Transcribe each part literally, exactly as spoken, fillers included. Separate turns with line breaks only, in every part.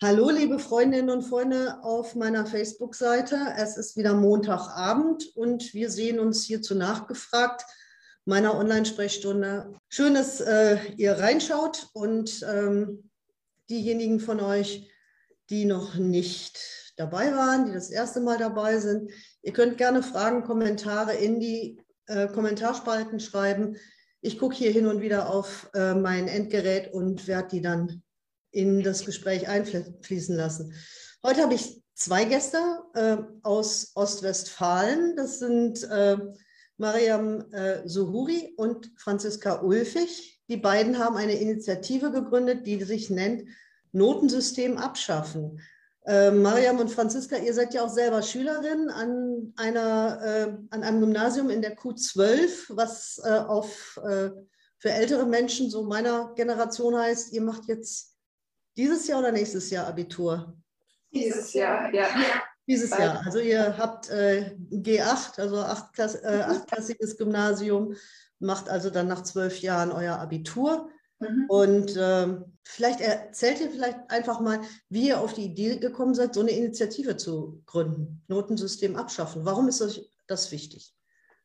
Hallo, liebe Freundinnen und Freunde auf meiner Facebook-Seite. Es ist wieder Montagabend und wir sehen uns hier zu Nachgefragt, meiner Online-Sprechstunde. Schön, dass äh, ihr reinschaut und ähm, diejenigen von euch, die noch nicht dabei waren, die das erste Mal dabei sind, ihr könnt gerne Fragen, Kommentare in die äh, Kommentarspalten schreiben. Ich gucke hier hin und wieder auf äh, mein Endgerät und werde die dann in das Gespräch einfließen lassen. Heute habe ich zwei Gäste äh, aus Ostwestfalen. Das sind äh, Mariam äh, Suhuri und Franziska Ulfig. Die beiden haben eine Initiative gegründet, die sich nennt Notensystem abschaffen. Äh, Mariam und Franziska, ihr seid ja auch selber Schülerin an, einer, äh, an einem Gymnasium in der Q zwölf, was äh, auf, äh, für ältere Menschen so meiner Generation heißt, ihr macht jetzt dieses Jahr oder nächstes Jahr Abitur?
Dieses Jahr, ja.
Dieses Jahr. Also ihr habt äh, G acht, also achtklass, äh, achtklassiges Gymnasium, macht also dann nach zwölf Jahren euer Abitur. Mhm. Und äh, vielleicht erzählt ihr vielleicht einfach mal, wie ihr auf die Idee gekommen seid, so eine Initiative zu gründen, Notensystem abschaffen. Warum ist euch das wichtig?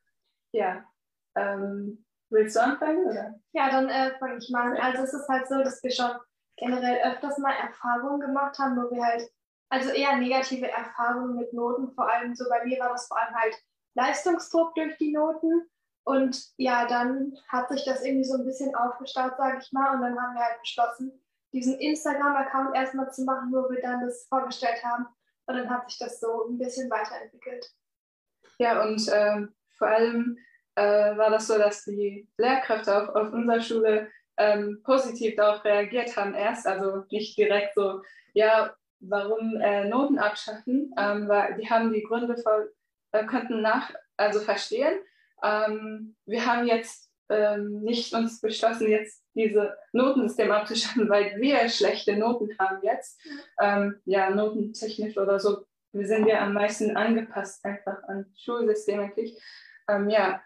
Ja, ähm, willst du anfangen? Oder?
Ja, dann äh, fange ich mal an. Also es ist halt so, dass wir schon generell öfters mal Erfahrungen gemacht haben, wo wir halt, also eher negative Erfahrungen mit Noten, vor allem so bei mir war das vor allem halt Leistungsdruck durch die Noten und ja, dann hat sich das irgendwie so ein bisschen aufgestaut, sage ich mal, und dann haben wir halt beschlossen, diesen Instagram-Account erstmal zu machen, wo wir dann das vorgestellt haben und dann hat sich das so ein bisschen weiterentwickelt.
Ja, und ähm, vor allem äh, war das so, dass die Lehrkräfte auf, auf unserer Schule Ähm, positiv darauf reagiert haben erst, also nicht direkt so, ja, warum äh, Noten abschaffen, ähm, weil die haben die Gründe voll, äh, könnten nach, also verstehen. Ähm, wir haben jetzt ähm, nicht uns beschlossen, jetzt diese Notensystem abzuschaffen, weil wir schlechte Noten haben jetzt, ähm, ja, notentechnisch oder so, wir sind ja am meisten angepasst einfach an Schulsystem eigentlich, ähm, ja,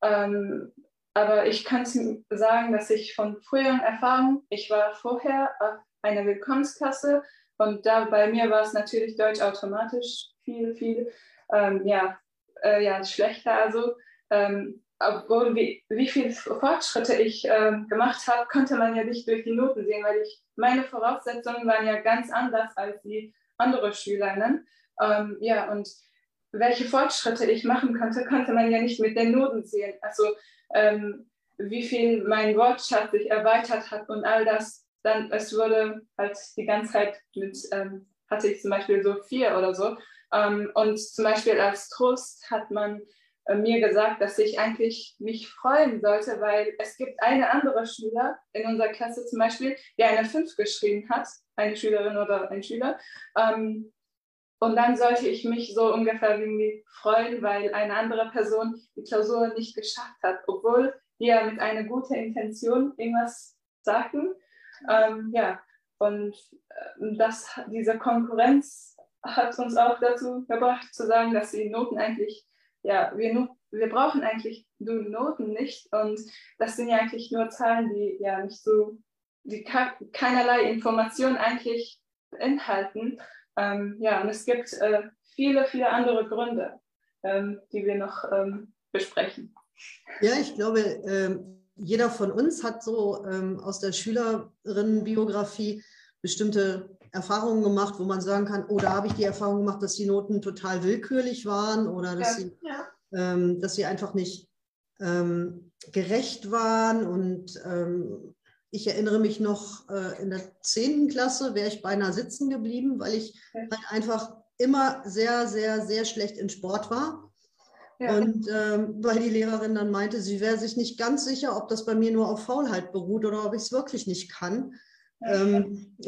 ähm, aber ich kann sagen, dass ich von früheren Erfahrungen, ich war vorher auf einer Willkommensklasse und da bei mir war es natürlich Deutsch automatisch viel, viel ähm, ja, äh, ja, schlechter. Also, ähm, obwohl wie, wie viele Fortschritte ich ähm, gemacht habe, konnte man ja nicht durch die Noten sehen, weil ich, meine Voraussetzungen waren ja ganz anders als die anderen Schülerinnen. Ähm, ja, und welche Fortschritte ich machen konnte, konnte man ja nicht mit den Noten sehen. Also ähm, wie viel mein Wortschatz sich erweitert hat und all das. Dann, es wurde halt die ganze Zeit mit, ähm, hatte ich zum Beispiel so vier oder so. Ähm, und zum Beispiel als Trost hat man äh, mir gesagt, dass ich eigentlich mich freuen sollte, weil es gibt eine andere Schüler in unserer Klasse zum Beispiel, die eine fünf geschrieben hat, eine Schülerin oder ein Schüler. Ähm, Und dann sollte ich mich so ungefähr irgendwie freuen, weil eine andere Person die Klausur nicht geschafft hat, obwohl die ja mit einer guten Intention irgendwas sagten. Ähm, ja, und das, diese Konkurrenz hat uns auch dazu gebracht, zu sagen, dass die Noten eigentlich, ja, wir, wir brauchen eigentlich nur Noten nicht. Und das sind ja eigentlich nur Zahlen, die ja nicht so, die keinerlei Informationen eigentlich beinhalten. Ähm, ja, und es gibt äh, viele, viele andere Gründe, ähm, die wir noch ähm, besprechen.
Ja, ich glaube, äh, jeder von uns hat so ähm, aus der Schülerinnenbiografie bestimmte Erfahrungen gemacht, wo man sagen kann, oh, da habe ich die Erfahrung gemacht, dass die Noten total willkürlich waren oder dass, ja. sie, ja. ähm, dass sie einfach nicht ähm, gerecht waren. Und ähm, ich erinnere mich noch, äh, in der zehnten Klasse wäre ich beinahe sitzen geblieben, weil ich halt einfach immer sehr, sehr, sehr schlecht in Sport war. Ja. Und ähm, weil die Lehrerin dann meinte, sie wäre sich nicht ganz sicher, ob das bei mir nur auf Faulheit beruht oder ob ich es wirklich nicht kann. Ja. Ähm,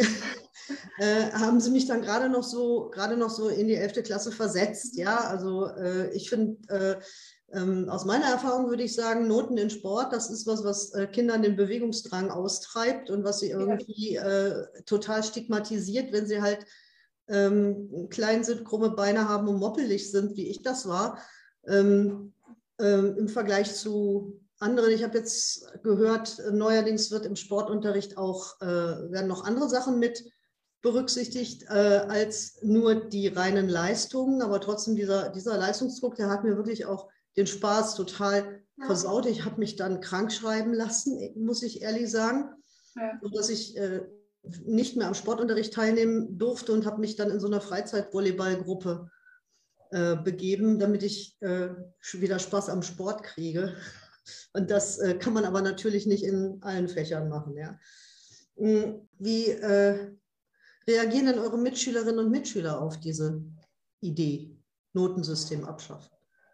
äh, haben sie mich dann gerade noch so gerade noch so in die elfte Klasse versetzt. Ja, also äh, ich finde, äh, ähm, aus meiner Erfahrung würde ich sagen, Noten in Sport, das ist was, was äh, Kindern den Bewegungsdrang austreibt und was sie irgendwie äh, total stigmatisiert, wenn sie halt ähm, klein sind, krumme Beine haben und moppelig sind, wie ich das war. Ähm, ähm, im Vergleich zu anderen. Ich habe jetzt gehört, neuerdings wird im Sportunterricht auch, äh, werden noch andere Sachen mit berücksichtigt äh, als nur die reinen Leistungen. Aber trotzdem, dieser, dieser Leistungsdruck, der hat mir wirklich auch den Spaß total ja. versaut. Ich habe mich dann krank schreiben lassen, muss ich ehrlich sagen, ja. sodass ich äh, nicht mehr am Sportunterricht teilnehmen durfte und habe mich dann in so einer Freizeitvolleyballgruppe äh, begeben, damit ich äh, wieder Spaß am Sport kriege. Und das äh, kann man aber natürlich nicht in allen Fächern machen. Ja. Wie äh, reagieren denn eure Mitschülerinnen und Mitschüler auf diese Idee, Notensystem abschaffen?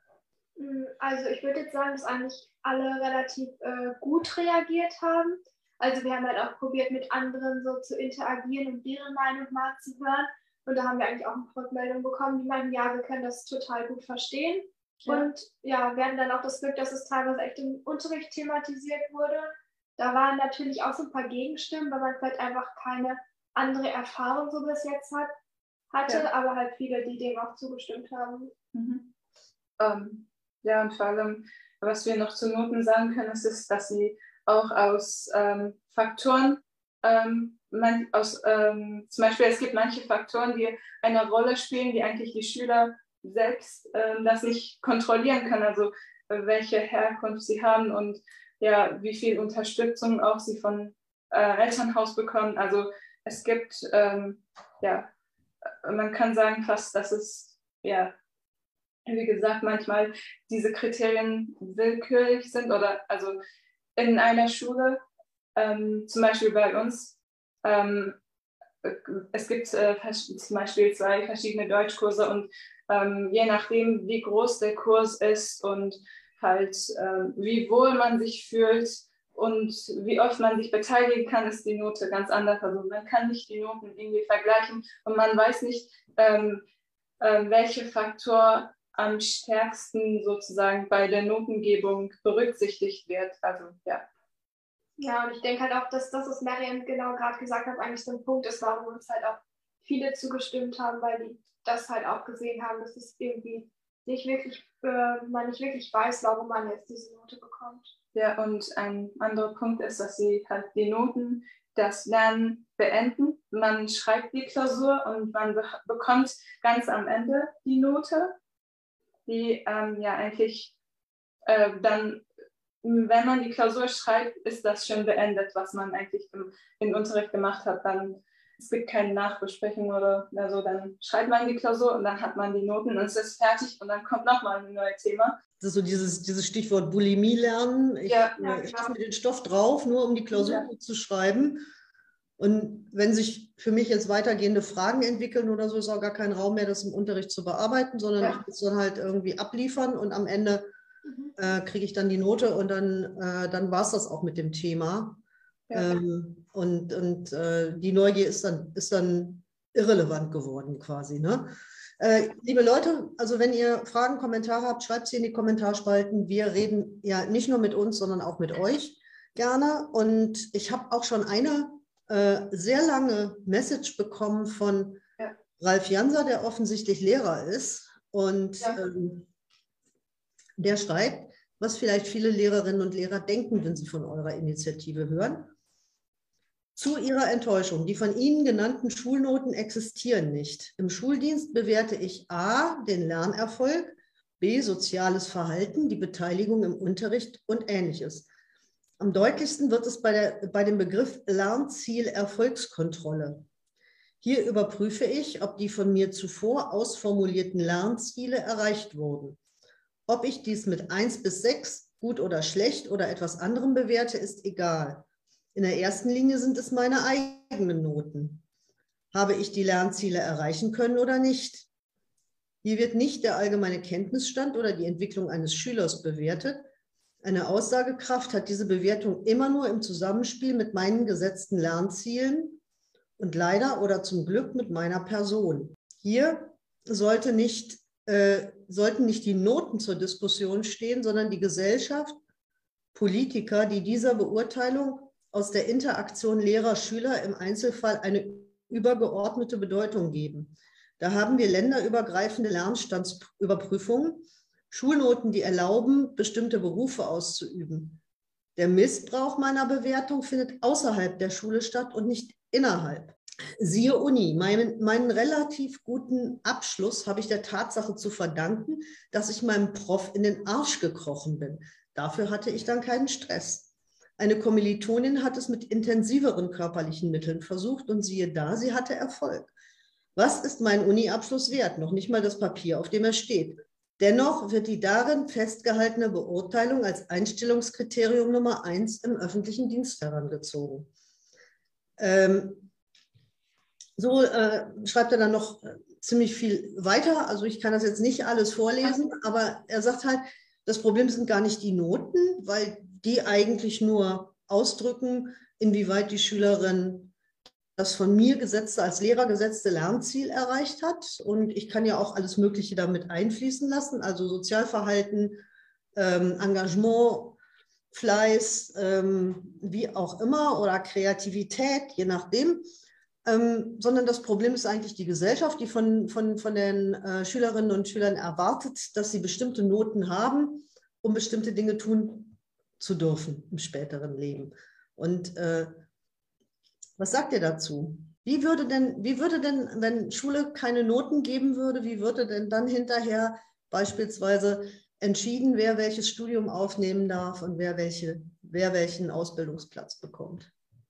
Also ich würde jetzt sagen, dass eigentlich alle relativ äh, gut reagiert haben. Also wir haben halt auch probiert, mit anderen so zu interagieren und deren Meinung mal zu hören. Und da haben wir eigentlich auch eine Rückmeldung bekommen, die meinten, ja, wir können das total gut verstehen. Ja. Und ja, wir hatten dann auch das Glück, dass es teilweise echt im Unterricht thematisiert wurde. Da waren natürlich auch so ein paar Gegenstimmen, weil man vielleicht einfach keine andere Erfahrung so bis jetzt hat, hatte, ja. aber halt viele, die dem auch zugestimmt haben.
Mhm. Ähm, ja, und vor allem, was wir noch zu Noten sagen können, ist, ist dass sie auch aus ähm, Faktoren, ähm, man, aus, ähm, zum Beispiel es gibt manche Faktoren, die eine Rolle spielen, die eigentlich die Schüler selbst ähm, das nicht kontrollieren können, also äh, welche Herkunft sie haben und ja, wie viel Unterstützung auch sie von äh, Elternhaus bekommen. Also es gibt, ähm, ja, man kann sagen fast, dass es, ja, wie gesagt, manchmal diese Kriterien willkürlich sind oder also in einer Schule, ähm, zum Beispiel bei uns, ähm, es gibt äh, zum Beispiel zwei verschiedene Deutschkurse und ähm, je nachdem, wie groß der Kurs ist und halt äh, wie wohl man sich fühlt und wie oft man sich beteiligen kann, ist die Note ganz anders. Also man kann nicht die Noten irgendwie vergleichen und man weiß nicht, ähm, äh, welcher Faktor am stärksten sozusagen bei der Notengebung berücksichtigt wird. Also ja.
Ja, und ich denke halt auch, dass das, was Mariam genau gerade gesagt hat, eigentlich so ein Punkt ist, warum uns halt auch viele zugestimmt haben, weil die das halt auch gesehen haben, dass es irgendwie nicht wirklich, äh, man nicht wirklich weiß, warum man jetzt diese Note bekommt.
Ja, und ein anderer Punkt ist, dass sie halt die Noten das Lernen beenden. Man schreibt die Klausur und man be bekommt ganz am Ende die Note, die ähm, ja eigentlich äh, dann, wenn man die Klausur schreibt, ist das schon beendet, was man eigentlich im, im Unterricht gemacht hat. Dann, es gibt keine Nachbesprechung oder so, dann schreibt man die Klausur und dann hat man die Noten und es ist fertig und dann kommt nochmal ein neues Thema.
Das ist so dieses, dieses Stichwort Bulimie lernen. Ich,
ja,
äh,
ja,
ich
genau.
schaffe mir den Stoff drauf, nur um die Klausur ja. zu schreiben. Und wenn sich für mich jetzt weitergehende Fragen entwickeln oder so, ist auch gar kein Raum mehr, das im Unterricht zu bearbeiten, sondern ja. ich muss dann halt irgendwie abliefern und am Ende mhm. äh, kriege ich dann die Note und dann, äh, dann war es das auch mit dem Thema. Ja. Ähm, und und äh, die Neugier ist dann, ist dann irrelevant geworden quasi. Ne? Äh, liebe Leute, also wenn ihr Fragen, Kommentare habt, schreibt sie in die Kommentarspalten. Wir reden ja nicht nur mit uns, sondern auch mit euch gerne. Und ich habe auch schon eine äh, sehr lange Message bekommen von ja. Ralf Janser, der offensichtlich Lehrer ist. Und ja. ähm, der schreibt, was vielleicht viele Lehrerinnen und Lehrer denken, wenn sie von eurer Initiative hören. Zu ihrer Enttäuschung, die von Ihnen genannten Schulnoten existieren nicht. Im Schuldienst bewerte ich a. den Lernerfolg, b. soziales Verhalten, die Beteiligung im Unterricht und Ähnliches. Am deutlichsten wird es bei, der, bei dem Begriff Lernziel-Erfolgskontrolle. Hier überprüfe ich, ob die von mir zuvor ausformulierten Lernziele erreicht wurden. Ob ich dies mit eins bis sechs, gut oder schlecht oder etwas anderem bewerte, ist egal. In der ersten Linie sind es meine eigenen Noten. Habe ich die Lernziele erreichen können oder nicht? Hier wird nicht der allgemeine Kenntnisstand oder die Entwicklung eines Schülers bewertet. Eine Aussagekraft hat diese Bewertung immer nur im Zusammenspiel mit meinen gesetzten Lernzielen und leider oder zum Glück mit meiner Person. Hier sollte nicht, äh, sollten nicht die Noten zur Diskussion stehen, sondern die Gesellschaft, Politiker, die dieser Beurteilung aus der Interaktion Lehrer-Schüler im Einzelfall eine übergeordnete Bedeutung geben. Da haben wir länderübergreifende Lernstandsüberprüfungen, Schulnoten, die erlauben, bestimmte Berufe auszuüben. Der Missbrauch meiner Bewertung findet außerhalb der Schule statt und nicht innerhalb. Siehe Uni, meinen, meinen relativ guten Abschluss habe ich der Tatsache zu verdanken, dass ich meinem Prof in den Arsch gekrochen bin. Dafür hatte ich dann keinen Stress. Eine Kommilitonin hat es mit intensiveren körperlichen Mitteln versucht und siehe da, sie hatte Erfolg. Was ist mein Uni-Abschluss wert? Noch nicht mal das Papier, auf dem er steht. Dennoch wird die darin festgehaltene Beurteilung als Einstellungskriterium Nummer eins im öffentlichen Dienst herangezogen. Ähm, so äh, schreibt er dann noch äh, ziemlich viel weiter. Also ich kann das jetzt nicht alles vorlesen, aber er sagt halt, das Problem sind gar nicht die Noten, weil die eigentlich nur ausdrücken, inwieweit die Schülerin das von mir gesetzte, als Lehrer gesetzte Lernziel erreicht hat. Und ich kann ja auch alles Mögliche damit einfließen lassen, also Sozialverhalten, ähm, Engagement, Fleiß, ähm, wie auch immer, oder Kreativität, je nachdem. Ähm, sondern das Problem ist eigentlich die Gesellschaft, die von, von, von den äh, Schülerinnen und Schülern erwartet, dass sie bestimmte Noten haben, um bestimmte Dinge tun zu dürfen im späteren Leben. Und äh, was sagt ihr dazu? Wie würde denn, wie würde denn, wenn Schule keine Noten geben würde, wie würde denn dann hinterher beispielsweise entschieden, wer welches Studium aufnehmen darf und wer, welche, wer welchen Ausbildungsplatz bekommt?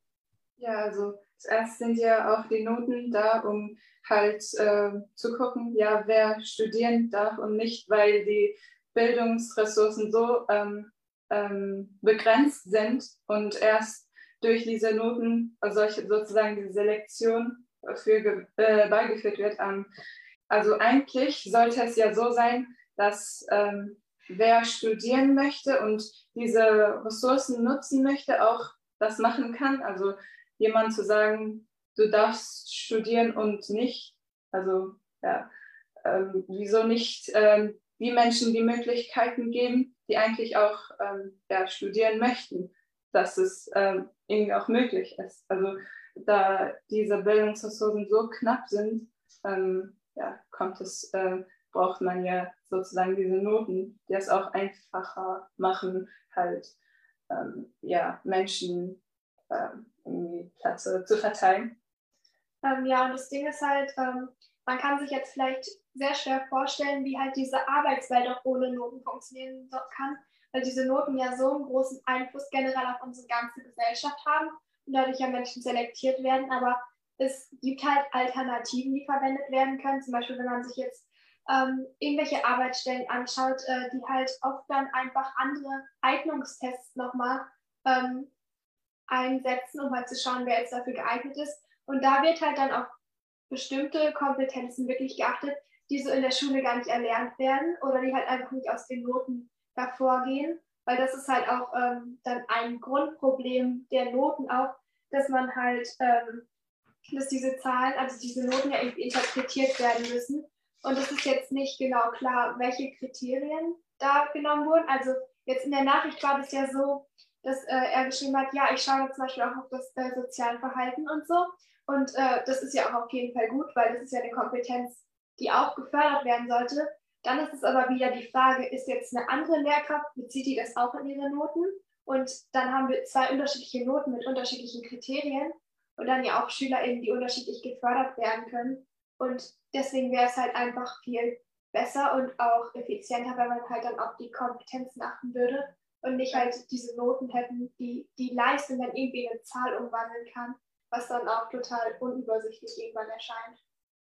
Ja, also zuerst sind ja auch die Noten da, um halt äh, zu gucken, ja, wer studieren darf und nicht, weil die Bildungsressourcen so ähm, ähm, begrenzt sind und erst durch diese Noten, also solche, sozusagen diese Selektion für, äh, beigeführt wird. Ähm, also eigentlich sollte es ja so sein, dass ähm, wer studieren möchte und diese Ressourcen nutzen möchte, auch das machen kann. Also jemand zu sagen, du darfst studieren und nicht. Also ja, ähm, wieso nicht ähm, die Menschen die Möglichkeiten geben, die eigentlich auch ähm, ja, studieren möchten, dass es ähm, irgendwie auch möglich ist. Also da diese Bildungsressourcen so knapp sind, ähm, ja, kommt es, äh, braucht man ja sozusagen diese Noten, die es auch einfacher machen, halt ähm, ja, Menschen ähm, irgendwie Plätze zu verteilen.
Ähm, ja, und das Ding ist halt, ähm, man kann sich jetzt vielleicht sehr schwer vorstellen, wie halt diese Arbeitswelt auch ohne Noten funktionieren kann, weil diese Noten ja so einen großen Einfluss generell auf unsere ganze Gesellschaft haben und dadurch ja Menschen selektiert werden. Aber es gibt halt Alternativen, die verwendet werden können. Zum Beispiel, wenn man sich jetzt ähm, irgendwelche Arbeitsstellen anschaut, äh, die halt oft dann einfach andere Eignungstests nochmal ähm, einsetzen, um halt zu schauen, wer jetzt dafür geeignet ist. Und da wird halt dann auf bestimmte Kompetenzen wirklich geachtet, die so in der Schule gar nicht erlernt werden oder die halt einfach nicht aus den Noten hervorgehen, weil das ist halt auch ähm, dann ein Grundproblem der Noten auch, dass man halt, ähm, dass diese Zahlen, also diese Noten ja irgendwie interpretiert werden müssen. Und es ist jetzt nicht genau klar, welche Kriterien da genommen wurden. Also jetzt in der Nachricht war das ja so, dass äh, er geschrieben hat, ja, ich schaue zum Beispiel auch auf das äh, soziale Verhalten und so. Und äh, das ist ja auch auf jeden Fall gut, weil das ist ja eine Kompetenz, die auch gefördert werden sollte. Dann ist es aber wieder die Frage, ist jetzt eine andere Lehrkraft, bezieht die das auch in ihre Noten? Und dann haben wir zwei unterschiedliche Noten mit unterschiedlichen Kriterien und dann ja auch SchülerInnen, die unterschiedlich gefördert werden können. Und deswegen wäre es halt einfach viel besser und auch effizienter, wenn man halt dann auf die Kompetenzen achten würde und nicht halt diese Noten hätten, die die Leistung dann irgendwie in eine Zahl umwandeln kann, was dann auch total unübersichtlich irgendwann erscheint.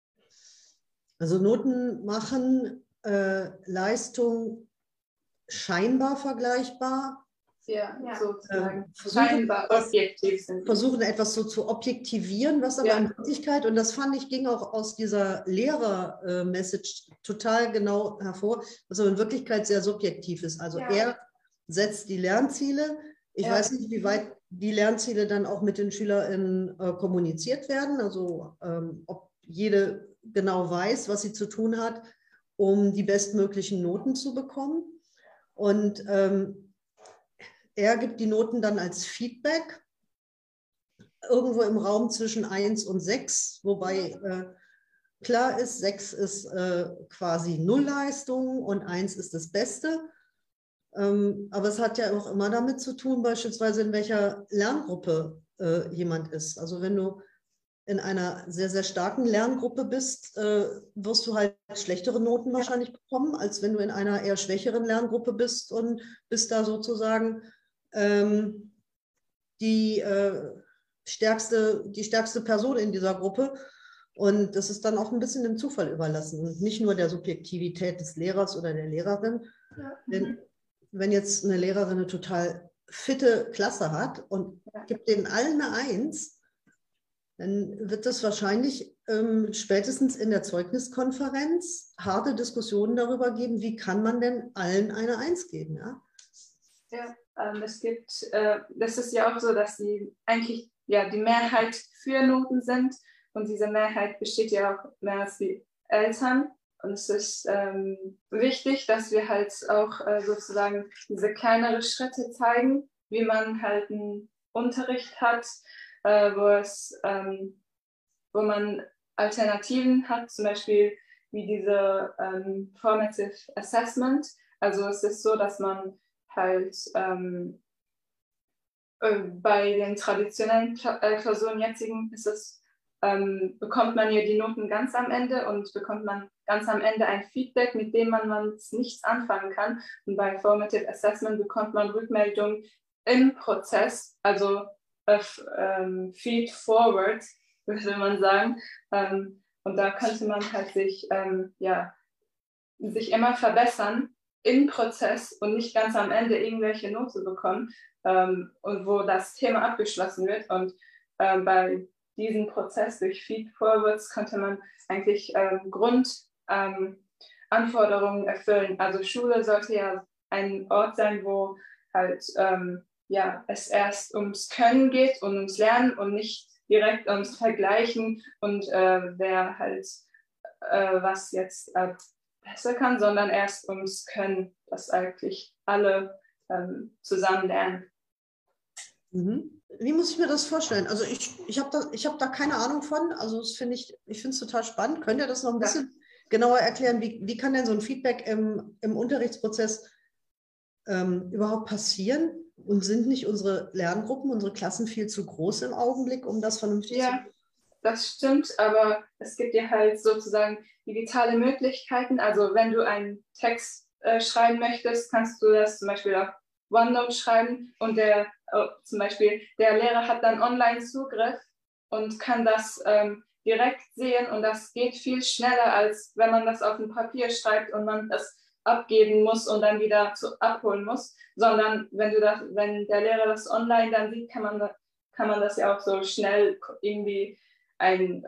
Also Noten machen äh, Leistung scheinbar vergleichbar.
Ja,
Ja.
sozusagen.
Ähm, versuchen,
scheinbar
etwas,
objektiv sind.
versuchen etwas so zu objektivieren, was aber
Ja.
in Wirklichkeit, und das fand ich, ging auch aus dieser Lehrer-Message total genau hervor, was aber in Wirklichkeit sehr subjektiv ist. Also
Ja.
er setzt die Lernziele. Ich
Ja.
weiß nicht, wie weit die Lernziele dann auch mit den SchülerInnen äh, kommuniziert werden, also ähm, ob jede genau weiß, was sie zu tun hat, um die bestmöglichen Noten zu bekommen. Und ähm, er gibt die Noten dann als Feedback irgendwo im Raum zwischen eins und sechs, wobei äh, klar ist, sechs ist äh, quasi Nullleistung und eins ist das Beste. Ähm, aber es hat ja auch immer damit zu tun, beispielsweise in welcher Lerngruppe äh, jemand ist. Also wenn du in einer sehr, sehr starken Lerngruppe bist, äh, wirst du halt schlechtere Noten wahrscheinlich bekommen, als wenn du in einer eher schwächeren Lerngruppe bist und bist da sozusagen ähm, die, äh, stärkste, die stärkste Person in dieser Gruppe. Und das ist dann auch ein bisschen dem Zufall überlassen und nicht nur der Subjektivität des Lehrers oder der Lehrerin.
Ja.
Denn wenn jetzt eine Lehrerin eine total fitte Klasse hat und gibt denen allen eine Eins, dann wird es wahrscheinlich ähm, spätestens in der Zeugniskonferenz harte Diskussionen darüber geben, wie kann man denn allen eine Eins geben. Ja,
ja ähm, es gibt, äh, das ist ja auch so, dass die eigentlich ja, die Mehrheit für Noten sind und diese Mehrheit besteht ja auch mehr als die Eltern. Und es ist ähm, wichtig, dass wir halt auch äh, sozusagen diese kleineren Schritte zeigen, wie man halt einen Unterricht hat, äh, wo, es, ähm, wo man Alternativen hat, zum Beispiel wie diese ähm, Formative Assessment. Also es ist so, dass man halt ähm, äh, bei den traditionellen Kla äh, Klausuren jetzigen ist es, ähm, bekommt man ja die Noten ganz am Ende und bekommt man ganz am Ende ein Feedback, mit dem man, man nichts anfangen kann. Und bei Formative Assessment bekommt man Rückmeldung im Prozess, also äh, ähm, Feed Forward, würde man sagen. Ähm, und da könnte man halt sich, ähm, ja, sich immer verbessern im Prozess und nicht ganz am Ende irgendwelche Noten bekommen, ähm, und wo das Thema abgeschlossen wird. Und ähm, bei diesem Prozess durch Feed Forwards könnte man eigentlich ähm, Grundanforderungen ähm, erfüllen. Also Schule sollte ja ein Ort sein, wo halt ähm, ja, es erst ums Können geht und ums Lernen und nicht direkt ums Vergleichen und äh, wer halt äh, was jetzt äh, besser kann, sondern erst ums Können, dass eigentlich alle ähm, zusammen lernen.
Mhm. Wie muss ich mir das vorstellen? Also ich, ich habe da, ich hab da keine Ahnung von. Also das finde ich, ich finde es total spannend. Könnt ihr das noch ein bisschen ja. genauer erklären? Wie, wie kann denn so ein Feedback im, im Unterrichtsprozess ähm, überhaupt passieren? Und sind nicht unsere Lerngruppen, unsere Klassen viel zu groß im Augenblick, um das vernünftig
ja,
zu machen?
Das stimmt, aber es gibt ja halt sozusagen digitale Möglichkeiten. Also wenn du einen Text äh, schreiben möchtest, kannst du das zum Beispiel auf OneNote schreiben und der oh, zum Beispiel der Lehrer hat dann Online-Zugriff und kann das ähm, direkt sehen und das geht viel schneller, als wenn man das auf ein Papier schreibt und man das abgeben muss und dann wieder zu, abholen muss, sondern wenn du das, wenn der Lehrer das online dann sieht, kann man, kann man das ja auch so schnell irgendwie eine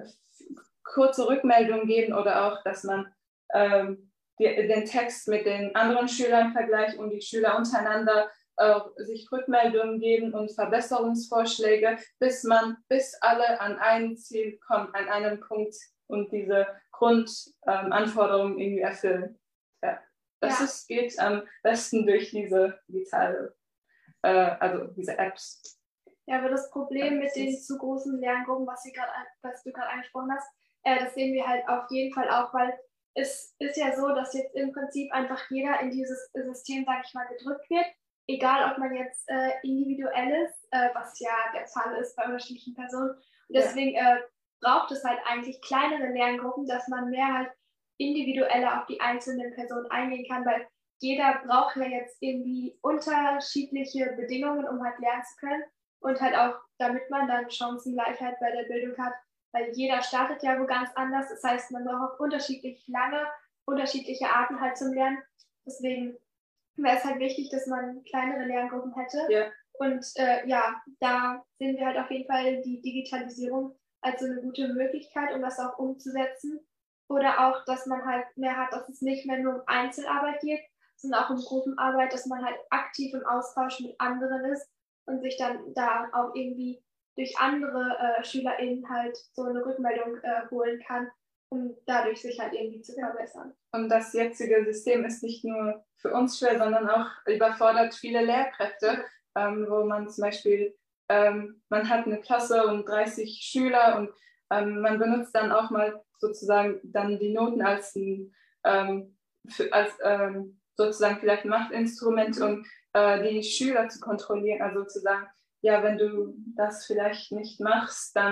kurze Rückmeldung geben oder auch, dass man ähm, die, den Text mit den anderen Schülern vergleicht und die Schüler untereinander äh, sich Rückmeldungen geben und Verbesserungsvorschläge, bis man, bis alle an ein Ziel kommen, an einem Punkt und diese Grundanforderungen ähm, irgendwie erfüllen. Ja. Das ja. ist, geht am besten durch diese digitale, äh, also diese Apps.
Ja, aber das Problem mit den zu großen Lerngruppen, was, grad, was du gerade angesprochen hast, äh, das sehen wir halt auf jeden Fall auch, weil es ist ja so, dass jetzt im Prinzip einfach jeder in dieses System, sag ich mal, gedrückt wird, egal ob man jetzt äh, individuell ist, äh, was ja der Fall ist bei unterschiedlichen Personen. Und deswegen ja. äh, braucht es halt eigentlich kleinere Lerngruppen, dass man mehr halt individueller auf die einzelnen Personen eingehen kann, weil jeder braucht ja jetzt irgendwie unterschiedliche Bedingungen, um halt lernen zu können. Und halt auch, damit man dann Chancengleichheit bei der Bildung hat, weil jeder startet ja wo ganz anders. Das heißt, man braucht auch unterschiedlich lange, unterschiedliche Arten halt zum Lernen. Deswegen wäre es halt wichtig, dass man kleinere Lerngruppen hätte.
Ja.
Und äh, ja, da sehen wir halt auf jeden Fall die Digitalisierung als so eine gute Möglichkeit, um das auch umzusetzen. Oder auch, dass man halt mehr hat, dass es nicht mehr nur um Einzelarbeit geht, sondern auch um Gruppenarbeit, dass man halt aktiv im Austausch mit anderen ist und sich dann da auch irgendwie durch andere äh, SchülerInnen halt so eine Rückmeldung äh, holen kann, um dadurch sich halt irgendwie zu verbessern.
Und das jetzige System ist nicht nur für uns schwer, sondern auch überfordert viele Lehrkräfte, ähm, wo man zum Beispiel, ähm, man hat eine Klasse und dreißig Schüler und ähm, man benutzt dann auch mal sozusagen dann die Noten als, ein, ähm, für, als ähm, sozusagen vielleicht ein Machtinstrument, um äh, die Schüler zu kontrollieren, also zu sagen, ja, wenn du das vielleicht nicht machst, dann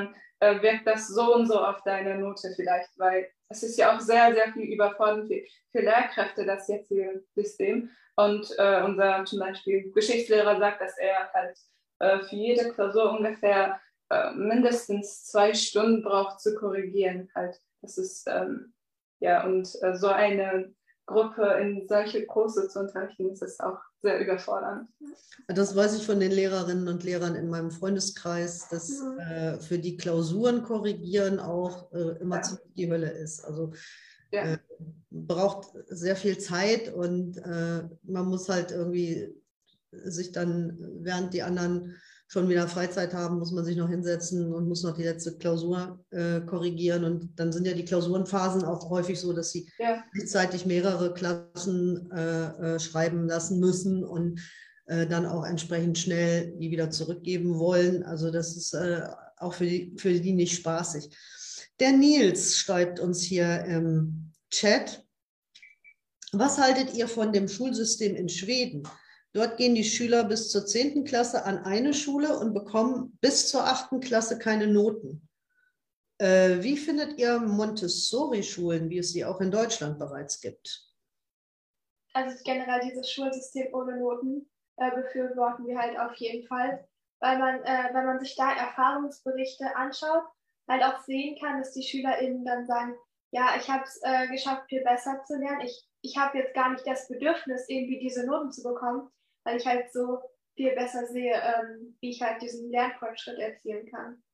äh, wirkt das so und so auf deine Note vielleicht, weil es ist ja auch sehr, sehr viel überfordernd für, für Lehrkräfte, das jetzige System. Und äh, unser zum Beispiel Geschichtslehrer sagt, dass er halt äh, für jede Klausur ungefähr äh, mindestens zwei Stunden braucht zu korrigieren. Halt. Das ist, ähm, ja, und äh, so eine Gruppe in solche Kurse zu unterrichten, ist es auch sehr überfordernd.
Das weiß ich von den Lehrerinnen und Lehrern in meinem Freundeskreis, dass
Mhm.
äh, für die Klausuren korrigieren auch äh, immer
Ja.
ziemlich die Hölle ist. Also
Ja.
äh, braucht sehr viel Zeit und äh, man muss halt irgendwie sich dann, während die anderen schon wieder Freizeit haben, muss man sich noch hinsetzen und muss noch die letzte Klausur äh, korrigieren. Und dann sind ja die Klausurenphasen auch häufig so, dass sie
Ja.
gleichzeitig mehrere Klassen äh, äh, schreiben lassen müssen und äh, dann auch entsprechend schnell die wieder zurückgeben wollen. Also das ist äh, auch für die, für die nicht spaßig. Der Nils schreibt uns hier im Chat: Was haltet ihr von dem Schulsystem in Schweden? Dort gehen die Schüler bis zur zehnten Klasse an eine Schule und bekommen bis zur achten Klasse keine Noten. Äh, wie findet ihr Montessori-Schulen, wie es sie auch in Deutschland bereits gibt?
Also generell dieses Schulsystem ohne Noten äh, befürworten wir halt auf jeden Fall, weil man, äh, wenn man sich da Erfahrungsberichte anschaut, halt auch sehen kann, dass die SchülerInnen dann sagen, ja, ich habe es äh, geschafft, viel besser zu lernen. Ich, ich habe jetzt gar nicht das Bedürfnis, irgendwie diese Noten zu bekommen, weil ich halt so viel besser sehe, ähm, wie ich halt diesen Lernfortschritt erzielen kann.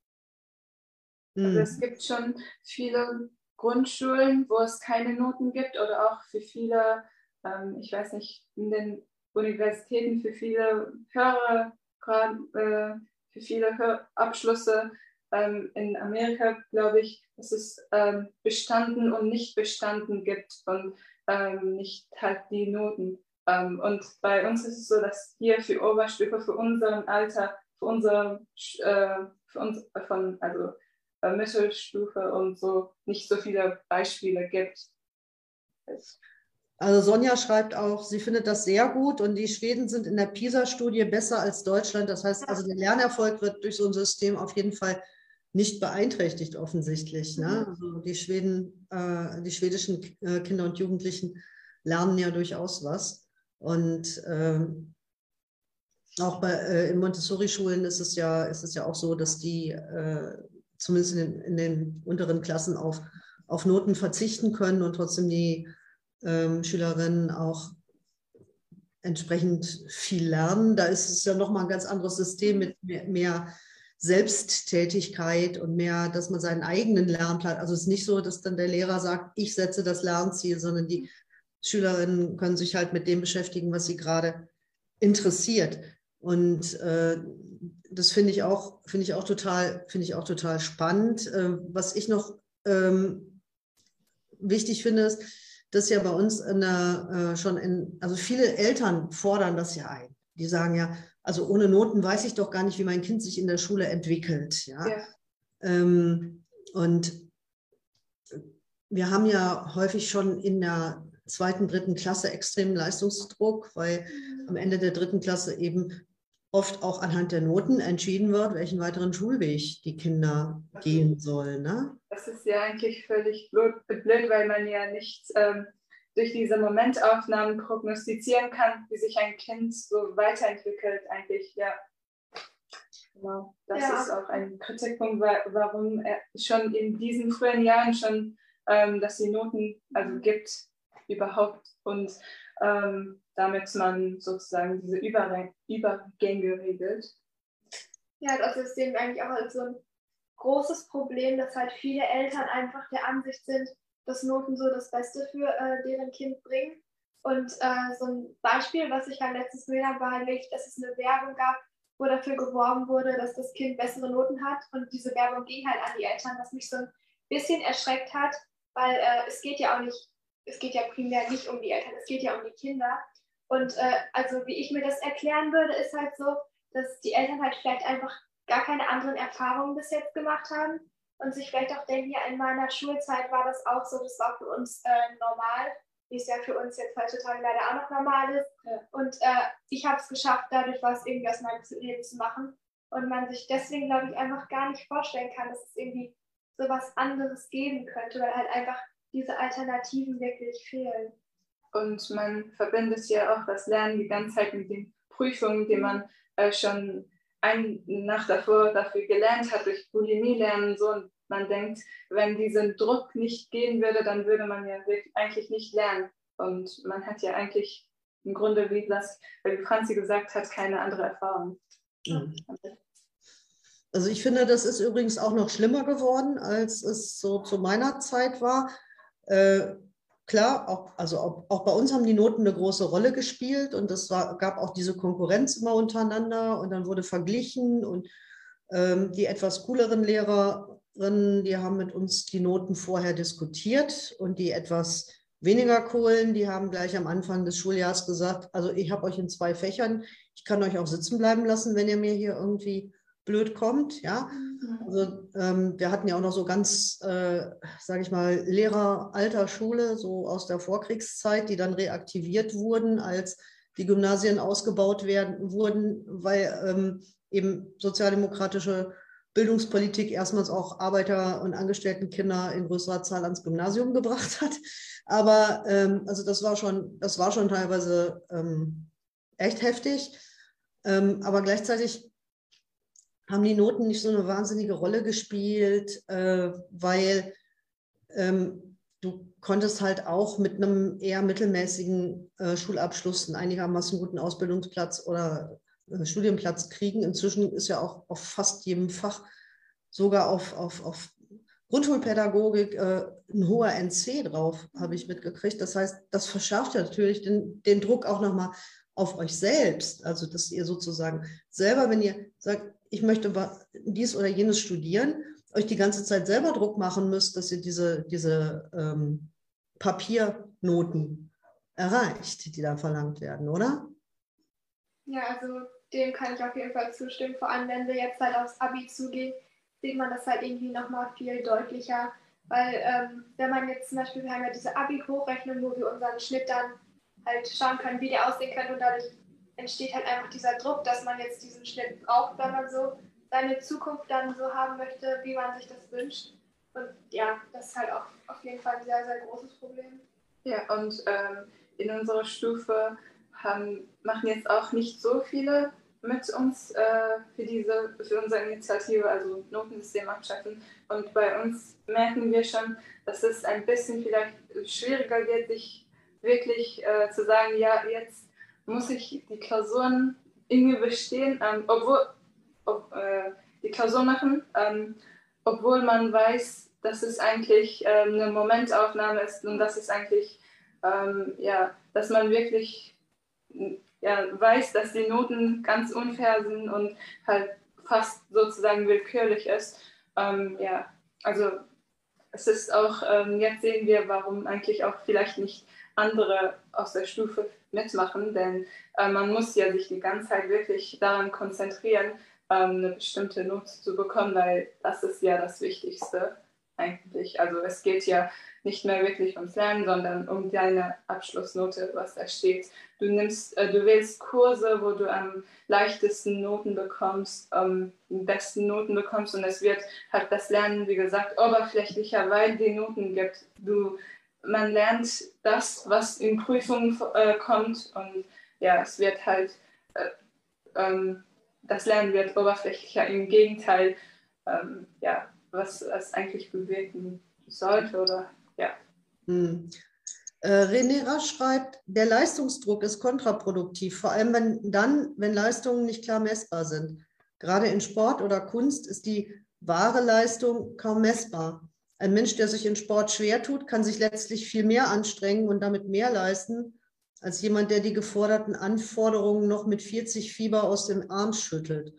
Also es gibt schon viele Grundschulen, wo es keine Noten gibt oder auch für viele, ähm, ich weiß nicht, in den Universitäten für viele höhere, äh, für viele Hör Abschlüsse ähm, in Amerika, glaube ich, dass es ähm, bestanden und nicht bestanden gibt und ähm, nicht halt die Noten. Ähm, und bei uns ist es so, dass hier für Oberstufe, für unseren Alter, für unsere, äh, für uns, von, also Mittelstufe und so nicht so viele Beispiele gibt.
Also Sonja schreibt auch, sie findet das sehr gut und die Schweden sind in der PISA-Studie besser als Deutschland. Das heißt, also der Lernerfolg wird durch so ein System auf jeden Fall nicht beeinträchtigt offensichtlich. Ne? Also die Schweden, äh, die schwedischen äh, Kinder und Jugendlichen lernen ja durchaus was. Und äh, auch bei, äh, in Montessori-Schulen ist es ja, ist es ja auch so, dass die äh, zumindest in den, in den unteren Klassen auf, auf Noten verzichten können und trotzdem die ähm, Schülerinnen auch entsprechend viel lernen. Da ist es ja nochmal ein ganz anderes System mit mehr, mehr Selbsttätigkeit und mehr, dass man seinen eigenen Lernplan, also es ist nicht so, dass dann der Lehrer sagt, ich setze das Lernziel, sondern die Schülerinnen können sich halt mit dem beschäftigen, was sie gerade interessiert. Und äh, das finde ich auch, finde ich auch total, finde ich auch total spannend. Äh, was ich noch ähm, wichtig finde, ist, dass ja bei uns in der, äh, schon in, also viele Eltern fordern das ja ein. Die sagen ja, also ohne Noten weiß ich doch gar nicht, wie mein Kind sich in der Schule entwickelt. Ja.
Ja.
Ähm, und wir haben ja häufig schon in der zweiten, dritten Klasse extremen Leistungsdruck, weil am Ende der dritten Klasse eben oft auch anhand der Noten entschieden wird, welchen weiteren Schulweg die Kinder gehen sollen. Ne?
Das ist ja eigentlich völlig blöd, weil man ja nicht ähm, durch diese Momentaufnahmen prognostizieren kann, wie sich ein Kind so weiterentwickelt eigentlich, ja. Genau. Das
Ja.
ist auch ein Kritikpunkt, warum er schon in diesen frühen Jahren schon, ähm, dass die Noten also gibt überhaupt und ähm, damit man sozusagen diese Überre Übergänge regelt.
Ja, das ist eben eigentlich auch als so ein großes Problem, dass halt viele Eltern einfach der Ansicht sind, dass Noten so das Beste für äh, deren Kind bringen. Und äh, so ein Beispiel, was ich halt letztens gesehen habe, war halt wirklich, dass es eine Werbung gab, wo dafür geworben wurde, dass das Kind bessere Noten hat. Und diese Werbung ging halt an die Eltern, was mich so ein bisschen erschreckt hat, weil äh, es geht ja auch nicht, es geht ja primär nicht um die Eltern, es geht ja um die Kinder. Und äh, also wie ich mir das erklären würde, ist halt so, dass die Eltern halt vielleicht einfach gar keine anderen Erfahrungen bis jetzt gemacht haben und sich vielleicht auch denken, ja, in meiner Schulzeit war das auch so, das war für uns äh, normal, wie es ja für uns jetzt heutzutage leider auch noch normal ist. Ja. Und äh, ich habe es geschafft, dadurch was irgendwie aus meinem Leben zu machen. und man sich deswegen, glaube ich, einfach gar nicht vorstellen kann, dass es irgendwie so was anderes geben könnte, weil halt einfach diese Alternativen wirklich fehlen.
Und man verbindet ja auch das Lernen die ganze Zeit mit den Prüfungen, die man äh, schon eine Nacht davor dafür gelernt hat, durch Bulimie lernen und so. Und man denkt, wenn diesen Druck nicht gehen würde, dann würde man ja wirklich eigentlich nicht lernen. Und man hat ja eigentlich im Grunde, wie das, wie Franzi gesagt hat, keine andere Erfahrung.
Mhm. Also ich finde, das ist übrigens auch noch schlimmer geworden, als es so zu meiner Zeit war. Äh, klar, auch, also auch, auch bei uns haben die Noten eine große Rolle gespielt und es war, gab auch diese Konkurrenz immer untereinander und dann wurde verglichen und ähm, die etwas cooleren Lehrerinnen, die haben mit uns die Noten vorher diskutiert und die etwas weniger coolen, die haben gleich am Anfang des Schuljahres gesagt, also ich habe euch in zwei Fächern, ich kann euch auch sitzen bleiben lassen, wenn ihr mir hier irgendwie blöd kommt, ja. Also ähm, wir hatten ja auch noch so ganz, äh, sage ich mal, Lehrer alter Schule, so aus der Vorkriegszeit, die dann reaktiviert wurden, als die Gymnasien ausgebaut werden, wurden, weil ähm, eben sozialdemokratische Bildungspolitik erstmals auch Arbeiter- und Angestelltenkinder in größerer Zahl ans Gymnasium gebracht hat. Aber ähm, also das war schon, das war schon teilweise ähm, echt heftig. Ähm, aber gleichzeitig haben die Noten nicht so eine wahnsinnige Rolle gespielt, äh, weil ähm, du konntest halt auch mit einem eher mittelmäßigen äh, Schulabschluss einen einigermaßen guten Ausbildungsplatz oder äh, Studienplatz kriegen. Inzwischen ist ja auch auf fast jedem Fach, sogar auf, auf, auf Grundschulpädagogik, äh, ein hoher N C drauf, habe ich mitgekriegt. Das heißt, das verschärft ja natürlich den, den Druck auch nochmal auf euch selbst. Also, dass ihr sozusagen selber, wenn ihr sagt, ich möchte dies oder jenes studieren, euch die ganze Zeit selber Druck machen müsst, dass ihr diese, diese ähm, Papiernoten erreicht, die da verlangt werden, oder?
Ja, also dem kann ich auf jeden Fall zustimmen. Vor allem, wenn wir jetzt halt aufs Abi zugehen, sieht man das halt irgendwie nochmal viel deutlicher. Weil ähm, wenn man jetzt zum Beispiel, wir haben ja diese Abi-Hochrechnung, wo wir unseren Schnitt dann halt schauen können, wie der aussehen könnte und dadurch entsteht halt einfach dieser Druck, dass man jetzt diesen Schnitt braucht, wenn man so seine Zukunft dann so haben möchte, wie man sich das wünscht. Und ja, das ist halt auch auf jeden Fall ein sehr, sehr großes Problem.
Ja, und ähm, in unserer Stufe haben, machen jetzt auch nicht so viele mit uns äh, für, diese, für unsere Initiative, also Notensystem abschaffen. Und bei uns merken wir schon, dass es ein bisschen vielleicht schwieriger wird, sich wirklich äh, zu sagen, ja, jetzt muss ich die Klausuren irgendwie bestehen, ähm, obwohl ob, äh, die Klausur machen, ähm, obwohl man weiß, dass es eigentlich ähm, eine Momentaufnahme ist und dass es eigentlich, ähm, ja, dass man wirklich ja, weiß, dass die Noten ganz unfair sind und halt fast sozusagen willkürlich ist. Ähm, ja, also es ist auch, ähm, jetzt sehen wir, warum eigentlich auch vielleicht nicht andere aus der Stufe mitmachen, denn äh, man muss ja sich die ganze Zeit wirklich daran konzentrieren, ähm, eine bestimmte Note zu bekommen, weil das ist ja das Wichtigste eigentlich. Also es geht ja nicht mehr wirklich ums Lernen, sondern um deine Abschlussnote, was da steht. Du nimmst, äh, du wählst Kurse, wo du am leichtesten Noten bekommst, ähm, die besten Noten bekommst und es wird halt das Lernen, wie gesagt, oberflächlicher, weil die Noten gibt. Du, man lernt das, was in Prüfungen äh, kommt und ja, es wird halt, äh, ähm, das Lernen wird oberflächlicher, im Gegenteil, ähm, ja, was es eigentlich bewirken sollte oder ja.
Hm. Äh, René Rasch schreibt, der Leistungsdruck ist kontraproduktiv, vor allem wenn, dann, wenn Leistungen nicht klar messbar sind. Gerade in Sport oder Kunst ist die wahre Leistung kaum messbar. Ein Mensch, der sich in Sport schwer tut, kann sich letztlich viel mehr anstrengen und damit mehr leisten, als jemand, der die geforderten Anforderungen noch mit vierzig Fieber aus dem Arm schüttelt.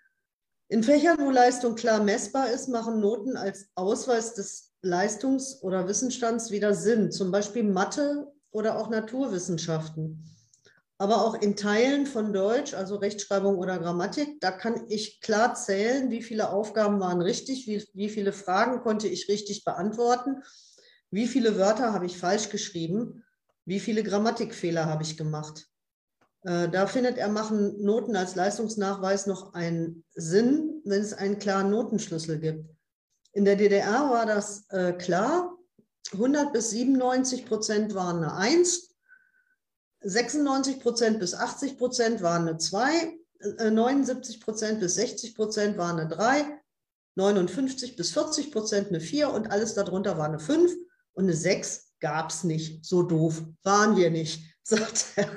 In Fächern, wo Leistung klar messbar ist, machen Noten als Ausweis des Leistungs- oder Wissensstands wieder Sinn, zum Beispiel Mathe oder auch Naturwissenschaften. Aber auch in Teilen von Deutsch, also Rechtschreibung oder Grammatik, da kann ich klar zählen, wie viele Aufgaben waren richtig, wie, wie viele Fragen konnte ich richtig beantworten, wie viele Wörter habe ich falsch geschrieben, wie viele Grammatikfehler habe ich gemacht. Äh, da findet er, machen Noten als Leistungsnachweis noch einen Sinn, wenn es einen klaren Notenschlüssel gibt. In der D D R war das äh, klar. hundert bis siebenundneunzig Prozent waren eine eins, sechsundneunzig Prozent bis achtzig Prozent waren eine zwei, äh, neunundsiebzig Prozent bis sechzig Prozent waren eine drei, neunundfünfzig bis vierzig Prozent eine vier und alles darunter war eine fünf und eine sechs gab es nicht. So doof waren wir nicht, sagt er.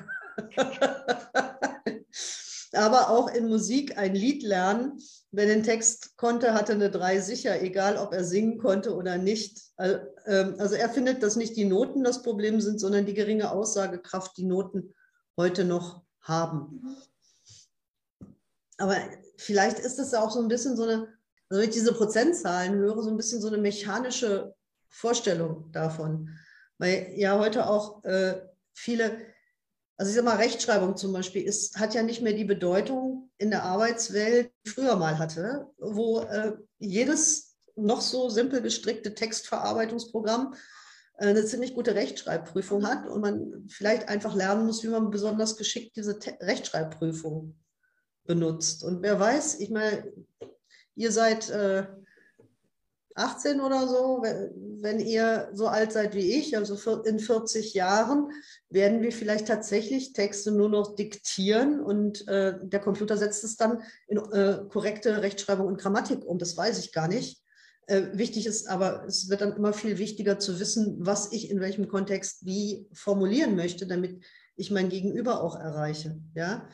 Aber auch in Musik ein Lied lernen. Wer den Text konnte, hatte eine drei sicher, egal ob er singen konnte oder nicht. Also er findet, dass nicht die Noten das Problem sind, sondern die geringe Aussagekraft, die Noten heute noch haben. Aber vielleicht ist es auch so ein bisschen so eine, also wenn ich diese Prozentzahlen höre, so ein bisschen so eine mechanische Vorstellung davon. Weil ja heute auch äh, viele, also ich sage mal, Rechtschreibung zum Beispiel ist, hat ja nicht mehr die Bedeutung in der Arbeitswelt, die früher mal hatte, wo äh, jedes noch so simpel gestrickte Textverarbeitungsprogramm äh, eine ziemlich gute Rechtschreibprüfung hat und man vielleicht einfach lernen muss, wie man besonders geschickt diese Te- Rechtschreibprüfung benutzt. Und wer weiß, ich meine, ihr seid äh, achtzehn oder so, wenn ihr so alt seid wie ich, also in vierzig Jahren, werden wir vielleicht tatsächlich Texte nur noch diktieren und äh, der Computer setzt es dann in äh, korrekte Rechtschreibung und Grammatik um. Das weiß ich gar nicht. Äh, wichtig ist aber, es wird dann immer viel wichtiger zu wissen, was ich in welchem Kontext wie formulieren möchte, damit ich mein Gegenüber auch erreiche. Ja?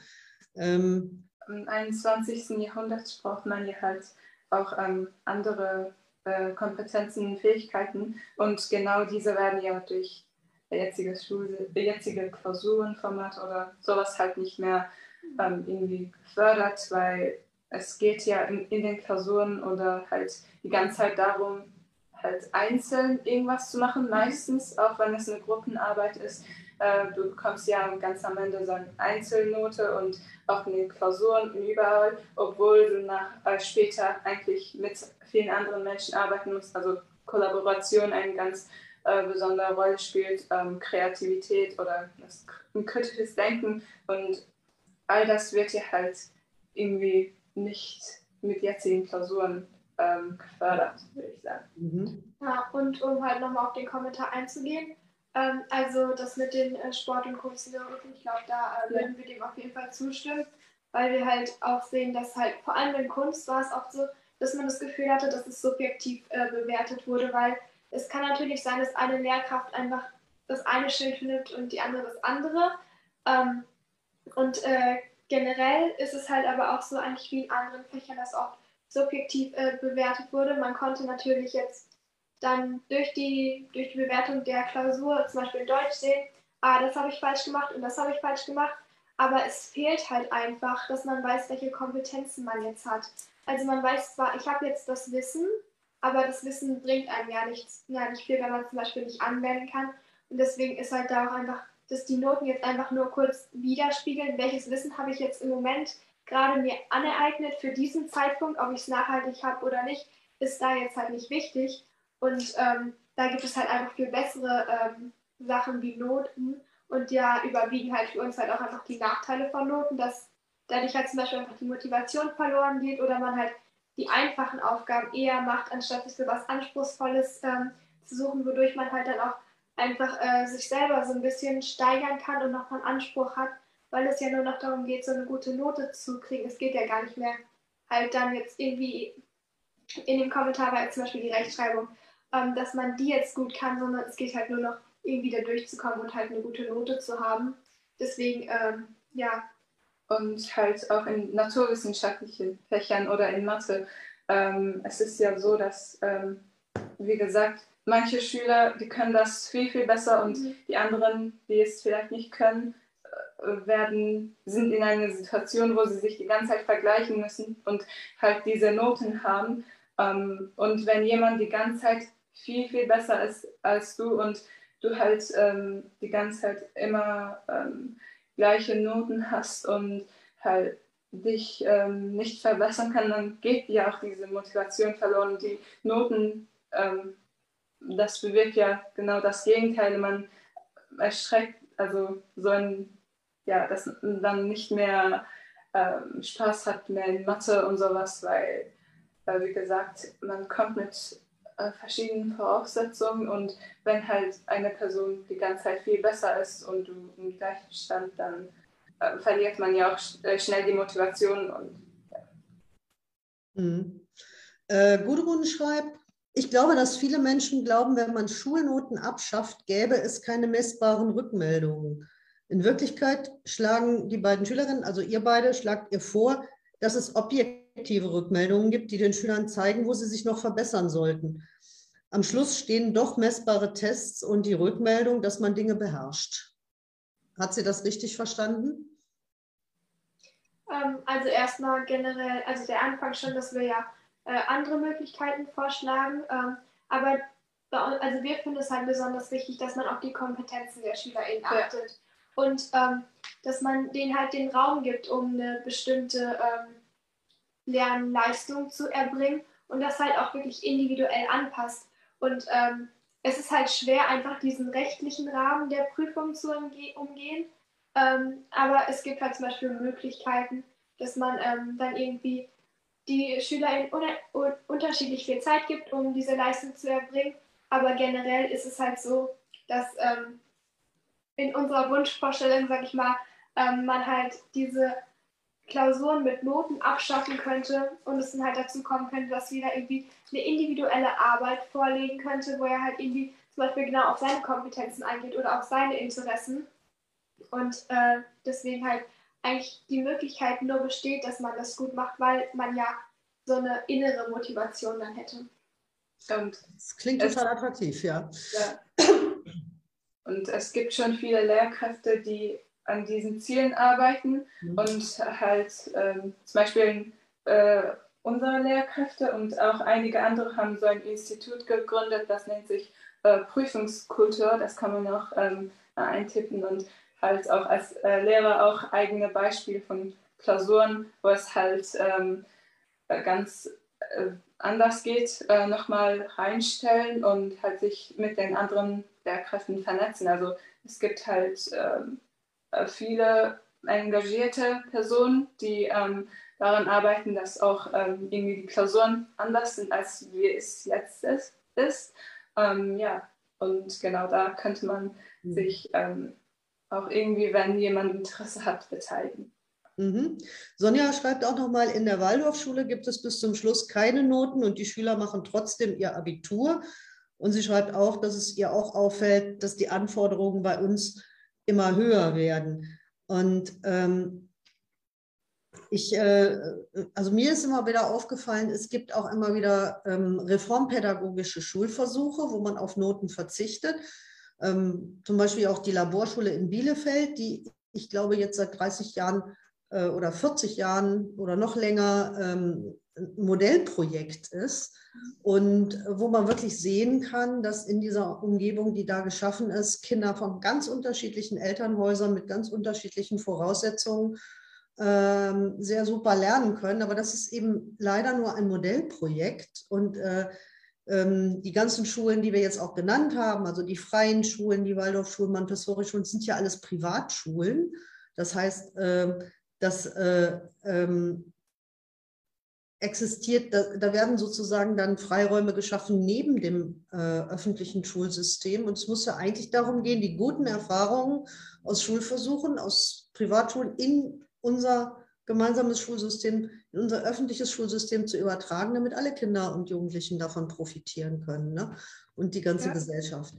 Ähm,
Im einundzwanzigsten Jahrhundert braucht man ja halt auch ähm, andere Kompetenzen, Fähigkeiten und genau diese werden ja durch jetzige Schule, jetzige Klausurenformat oder sowas halt nicht mehr ähm, irgendwie gefördert, weil es geht ja in, in den Klausuren oder halt die ganze Zeit darum, halt einzeln irgendwas zu machen, meistens, auch wenn es eine Gruppenarbeit ist. Äh, du bekommst ja ganz am Ende so eine Einzelnote und auch in den Klausuren überall, obwohl du nach, äh, später eigentlich mit vielen anderen Menschen arbeiten musst, also Kollaboration eine ganz äh, besondere Rolle spielt, ähm, Kreativität oder das, ein kritisches Denken und all das wird ja halt irgendwie nicht mit jetzigen Klausuren ähm, gefördert, würde ich sagen.
Mhm.
Ja, und um halt nochmal auf den Kommentar einzugehen, ähm, also das mit den äh, Sport- und Kunstnoten, ich glaube, da äh, würden wir dem auf jeden Fall zustimmen, weil wir halt auch sehen, dass halt vor allem in Kunst war es auch so, dass man das Gefühl hatte, dass es subjektiv äh, bewertet wurde, weil es kann natürlich sein, dass eine Lehrkraft einfach das eine schön findet und die andere das andere. Ähm, und äh, generell ist es halt aber auch so, eigentlich wie in anderen Fächern, dass oft subjektiv äh, bewertet wurde. Man konnte natürlich jetzt dann durch die, durch die Bewertung der Klausur, zum Beispiel in Deutsch, sehen, ah, das habe ich falsch gemacht und das habe ich falsch gemacht. Aber es fehlt halt einfach, dass man weiß, welche Kompetenzen man jetzt hat. Also man weiß zwar, ich habe jetzt das Wissen, aber das Wissen bringt einem ja nichts, ja nicht viel, wenn man es zum Beispiel nicht anwenden kann. Und deswegen ist halt da auch einfach, dass die Noten jetzt einfach nur kurz widerspiegeln, welches Wissen habe ich jetzt im Moment gerade mir aneignet für diesen Zeitpunkt, ob ich es nachhaltig habe oder nicht, ist da jetzt halt nicht wichtig. Und ähm, da gibt es halt einfach viel bessere ähm, Sachen wie Noten. Und ja, überwiegen halt für uns halt auch einfach die Nachteile von Noten, dass dadurch halt zum Beispiel einfach die Motivation verloren geht oder man halt die einfachen Aufgaben eher macht, anstatt sich für was Anspruchsvolles ähm, zu suchen, wodurch man halt dann auch einfach äh, sich selber so ein bisschen steigern kann und noch einen Anspruch hat, weil es ja nur noch darum geht, so eine gute Note zu kriegen. Es geht ja gar nicht mehr halt dann jetzt irgendwie in dem Kommentar war jetzt zum Beispiel die Rechtschreibung, ähm, dass man die jetzt gut kann, sondern es geht halt nur noch irgendwie da durchzukommen und halt eine gute Note zu haben. Deswegen, ähm, ja.
Und halt auch in naturwissenschaftlichen Fächern oder in Mathe. Ähm, es ist ja so, dass, ähm, wie gesagt, manche Schüler, die können das viel, viel besser und mhm. die anderen, die es vielleicht nicht können, werden, sind in einer Situation, wo sie sich die ganze Zeit vergleichen müssen und halt diese Noten haben. Ähm, und wenn jemand die ganze Zeit viel, viel besser ist als du und du halt ähm, die ganze Zeit immer ähm, gleiche Noten hast und halt dich ähm, nicht verbessern kann, dann geht ja auch diese Motivation verloren. Die Noten, ähm, das bewirkt ja genau das Gegenteil. Man erschreckt, also so ein ja, dass man dann nicht mehr ähm, Spaß hat mehr in Mathe und sowas, weil, äh, wie gesagt, man kommt mit äh, verschiedenen Voraussetzungen und wenn halt eine Person die ganze Zeit viel besser ist und du im gleichen Stand, dann äh, verliert man ja auch sch äh, schnell die Motivation. Und, ja.
Mhm. Äh, Gudrun schreibt, ich glaube, dass viele Menschen glauben, wenn man Schulnoten abschafft, gäbe es keine messbaren Rückmeldungen. In Wirklichkeit schlagen die beiden Schülerinnen, also ihr beide, schlagt ihr vor, dass es objektive Rückmeldungen gibt, die den Schülern zeigen, wo sie sich noch verbessern sollten. Am Schluss stehen doch messbare Tests und die Rückmeldung, dass man Dinge beherrscht. Hat sie das richtig verstanden?
Ähm, also erstmal generell, also der Anfang schon, dass wir ja äh, andere Möglichkeiten vorschlagen, ähm, aber bei uns, also wir finden es halt besonders wichtig, dass man auf die Kompetenzen der SchülerInnen achtet. Ja. Und ähm, dass man denen halt den Raum gibt, um eine bestimmte ähm, Lernleistung zu erbringen und das halt auch wirklich individuell anpasst. Und ähm, es ist halt schwer, einfach diesen rechtlichen Rahmen der Prüfung zu umgehen. Ähm, aber es gibt halt zum Beispiel Möglichkeiten, dass man ähm, dann irgendwie die SchülerInnen un unterschiedlich viel Zeit gibt, um diese Leistung zu erbringen. Aber generell ist es halt so, dass ähm, in unserer Wunschvorstellung, sag ich mal, ähm, man halt diese Klausuren mit Noten abschaffen könnte und es dann halt dazu kommen könnte, dass jeder irgendwie eine individuelle Arbeit vorlegen könnte, wo er halt irgendwie zum Beispiel genau auf seine Kompetenzen eingeht oder auf seine Interessen und äh, deswegen halt eigentlich die Möglichkeit nur besteht, dass man das gut macht, weil man ja so eine innere Motivation dann hätte.
Und
das klingt total attraktiv, ja.
ja. Und es gibt schon viele Lehrkräfte, die an diesen Zielen arbeiten mhm. und halt ähm, zum Beispiel äh, unsere Lehrkräfte und auch einige andere haben so ein Institut gegründet, das nennt sich äh, Prüfungskultur, das kann man auch ähm, eintippen und halt auch als äh, Lehrer auch eigene Beispiele von Klausuren, wo es halt ähm, ganz äh, anders geht, äh, nochmal reinstellen und halt sich mit den anderen Lehrkräften vernetzen. Also es gibt halt ähm, viele engagierte Personen, die ähm, daran arbeiten, dass auch ähm, irgendwie die Klausuren anders sind, als wie es jetzt ist. ist. Ähm, ja, und genau da könnte man mhm. sich ähm, auch irgendwie, wenn jemand Interesse hat, beteiligen.
Mhm. Sonja schreibt auch nochmal, in der Waldorfschule gibt es bis zum Schluss keine Noten und die Schüler machen trotzdem ihr Abitur. Und sie schreibt auch, dass es ihr auch auffällt, dass die Anforderungen bei uns immer höher werden. Und ähm, ich, äh, also mir ist immer wieder aufgefallen, es gibt auch immer wieder ähm, reformpädagogische Schulversuche, wo man auf Noten verzichtet. Ähm, zum Beispiel auch die Laborschule in Bielefeld, die ich glaube jetzt seit dreißig Jahren äh, oder vierzig Jahren oder noch länger ähm, ein Modellprojekt ist und wo man wirklich sehen kann, dass in dieser Umgebung, die da geschaffen ist, Kinder von ganz unterschiedlichen Elternhäusern mit ganz unterschiedlichen Voraussetzungen ähm, sehr super lernen können. Aber das ist eben leider nur ein Modellprojekt und äh, ähm, die ganzen Schulen, die wir jetzt auch genannt haben, also die freien Schulen, die Waldorfschulen, Montessori-Schulen, sind ja alles Privatschulen. Das heißt, äh, dass äh, ähm, existiert, da, da werden sozusagen dann Freiräume geschaffen neben dem äh, öffentlichen Schulsystem. Und es muss ja eigentlich darum gehen, die guten Erfahrungen aus Schulversuchen, aus Privatschulen in unser gemeinsames Schulsystem, in unser öffentliches Schulsystem zu übertragen, damit alle Kinder und Jugendlichen davon profitieren können, ne? Und die ganze ja. Gesellschaft.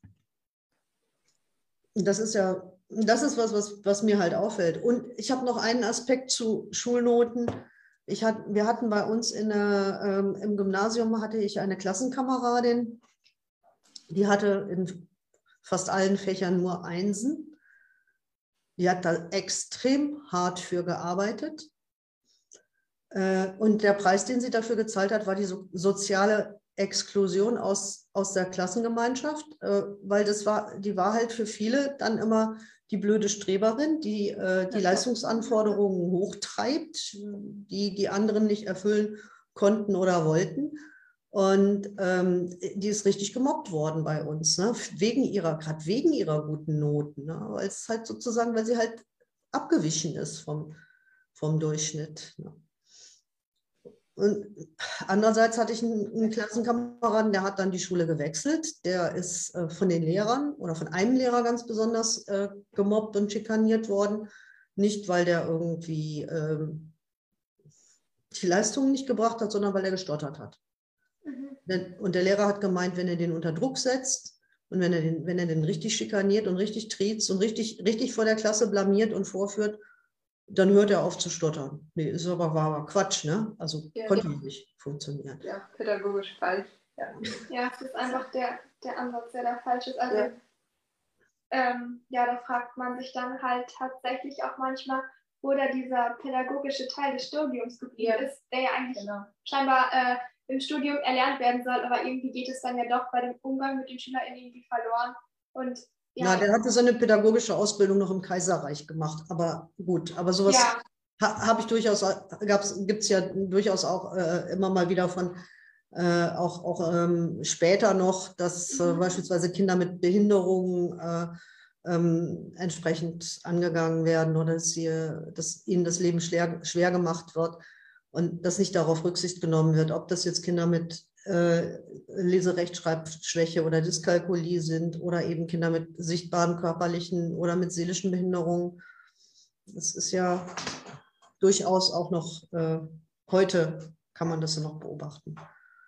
Und das ist ja, das ist was, was, was mir halt auffällt. Und ich habe noch einen Aspekt zu Schulnoten. Ich hat, wir hatten bei uns in der, ähm, im Gymnasium hatte ich eine Klassenkameradin, die hatte in fast allen Fächern nur Einsen. Die hat da extrem hart für gearbeitet. Äh, und der Preis, den sie dafür gezahlt hat, war die so, soziale Exklusion aus, aus der Klassengemeinschaft, äh, weil das war, die war halt für viele dann immer die blöde Streberin, die äh, die Leistungsanforderungen hochtreibt, die die anderen nicht erfüllen konnten oder wollten. Und ähm, die ist richtig gemobbt worden bei uns, ne? Wegen ihrer, gerade wegen ihrer guten Noten, ne? Weil es halt sozusagen, weil sie halt abgewichen ist vom, vom Durchschnitt. Ne? Und andererseits hatte ich einen, einen Klassenkameraden, der hat dann die Schule gewechselt. Der ist äh, von den Lehrern oder von einem Lehrer ganz besonders äh, gemobbt und schikaniert worden. Nicht, weil der irgendwie ähm, die Leistungen nicht gebracht hat, sondern weil er gestottert hat. Mhm. Und der Lehrer hat gemeint, wenn er den unter Druck setzt und wenn er den, wenn er den richtig schikaniert und richtig triezt und richtig, richtig vor der Klasse blamiert und vorführt, dann hört er auf zu stottern. Nee, ist aber, war aber Quatsch, ne? Also ja, konnte ja. nicht funktionieren.
Ja, pädagogisch falsch. Ja,
ja das ist einfach der, der Ansatz, der da falsch ist. Also, ja. Ähm, ja, da fragt man sich dann halt tatsächlich auch manchmal, wo da dieser pädagogische Teil des Studiums geblieben ja. ist, der ja eigentlich genau. scheinbar äh, im Studium erlernt werden soll, aber irgendwie geht es dann ja doch bei dem Umgang mit den SchülerInnen irgendwie verloren. Und ja.
Na, der hatte seine pädagogische Ausbildung noch im Kaiserreich gemacht, aber gut, aber sowas ja. ha, habe ich durchaus, gibt es ja durchaus auch äh, immer mal wieder von, äh, auch, auch ähm, später noch, dass äh, mhm. beispielsweise Kinder mit Behinderungen äh, ähm, entsprechend angegangen werden oder dass, sie, dass ihnen das Leben schwer, schwer gemacht wird und dass nicht darauf Rücksicht genommen wird, ob das jetzt Kinder mit äh, Leserechtschreibschwäche oder Dyskalkulie sind oder eben Kinder mit sichtbaren körperlichen oder mit seelischen Behinderungen. Das ist ja durchaus auch noch, äh, heute kann man das ja noch beobachten.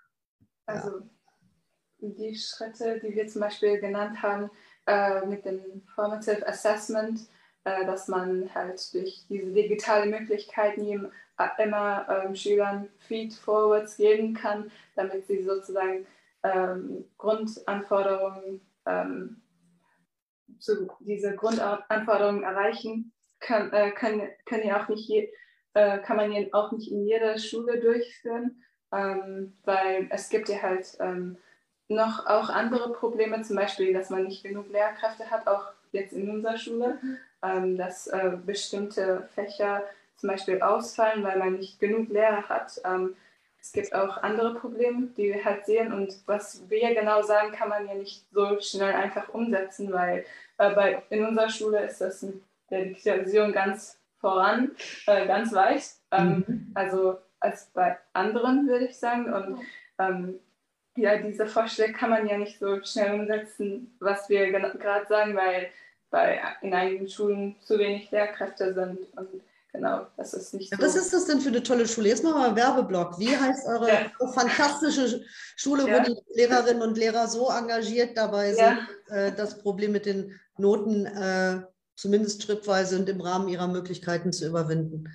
Also ja. die Schritte, die wir zum Beispiel genannt haben, äh, mit dem Formative Assessment, äh, dass man halt durch diese digitale Möglichkeiten ihm immer ähm, Schülern Feed-Forwards geben kann, damit sie sozusagen ähm, Grundanforderungen, ähm, zu, diese Grundanforderungen erreichen können, äh, können, können ja auch nicht je, äh, kann man ja auch nicht in jeder Schule durchführen, ähm, weil es gibt ja halt ähm, noch auch andere Probleme, zum Beispiel, dass man nicht genug Lehrkräfte hat, auch jetzt in unserer Schule, mhm. ähm, dass äh, bestimmte Fächer zum Beispiel ausfallen, weil man nicht genug Lehrer hat. Ähm, es gibt auch andere Probleme, die wir halt sehen und was wir genau sagen, kann man ja nicht so schnell einfach umsetzen, weil äh, bei, in unserer Schule ist das mit der Digitalisierung ganz voran, äh, ganz weit, ähm, mhm. also als bei anderen, würde ich sagen. Und ähm, ja, diese Vorschläge kann man ja nicht so schnell umsetzen, was wir gerade sagen, weil bei, in einigen Schulen zu wenig Lehrkräfte sind und genau, das ist nicht so.
Ja, was ist das denn für eine tolle Schule? Jetzt machen wir mal einen Werbeblock. Wie heißt eure ja. fantastische Schule, ja. wo die Lehrerinnen und Lehrer so engagiert dabei sind, ja. äh, das Problem mit den Noten äh, zumindest schrittweise und im Rahmen ihrer Möglichkeiten zu überwinden?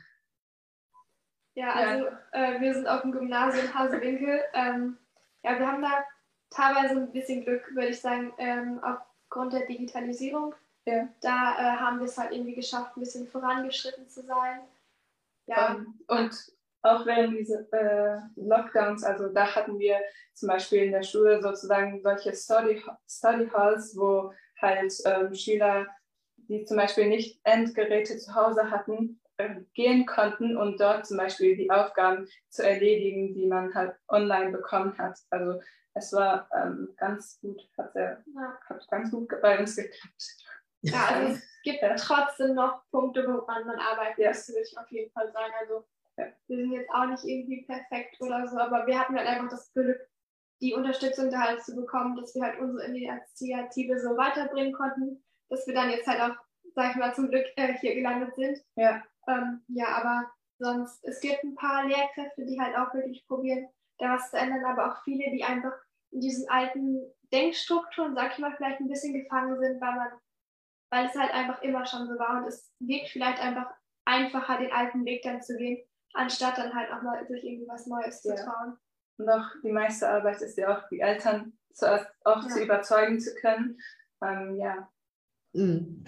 Ja, also ja. Äh, wir sind auf dem Gymnasium Hasewinkel. Ähm, ja, wir haben da teilweise ein bisschen Glück, würde ich sagen, ähm, aufgrund der Digitalisierung. Ja. Da äh, haben wir es halt irgendwie geschafft, ein bisschen vorangeschritten zu sein.
Ja. Um, und auch während diese äh, Lockdowns, also da hatten wir zum Beispiel in der Schule sozusagen solche Study, Study Halls, wo halt ähm, Schüler, die zum Beispiel nicht Endgeräte zu Hause hatten, äh, gehen konnten und dort zum Beispiel die Aufgaben zu erledigen, die man halt online bekommen hat. Also es war ähm, ganz gut, hat, sehr, ja. hat ganz gut bei uns geklappt.
Ja, also es gibt ja. trotzdem noch Punkte, woran man arbeiten ja. müsste, würde ich auf jeden Fall sagen. Also ja. wir sind jetzt auch nicht irgendwie perfekt oder so, aber wir hatten halt einfach das Glück, die Unterstützung da halt zu bekommen, dass wir halt unsere Initiative so weiterbringen konnten, dass wir dann jetzt halt auch, sag ich mal, zum Glück äh, hier gelandet sind. Ja. Ähm, ja, aber sonst, es gibt ein paar Lehrkräfte, die halt auch wirklich probieren, da was zu ändern, aber auch viele, die einfach in diesen alten Denkstrukturen, sag ich mal, vielleicht ein bisschen gefangen sind, weil man weil es halt einfach immer schon so war und es wirkt vielleicht einfach einfacher, den alten Weg dann zu gehen, anstatt dann halt auch mal sich irgendwie was Neues ja. zu trauen.
Und auch die meiste Arbeit ist ja auch, die Eltern zuerst auch ja. zu überzeugen zu können. Ähm, ja,
mhm.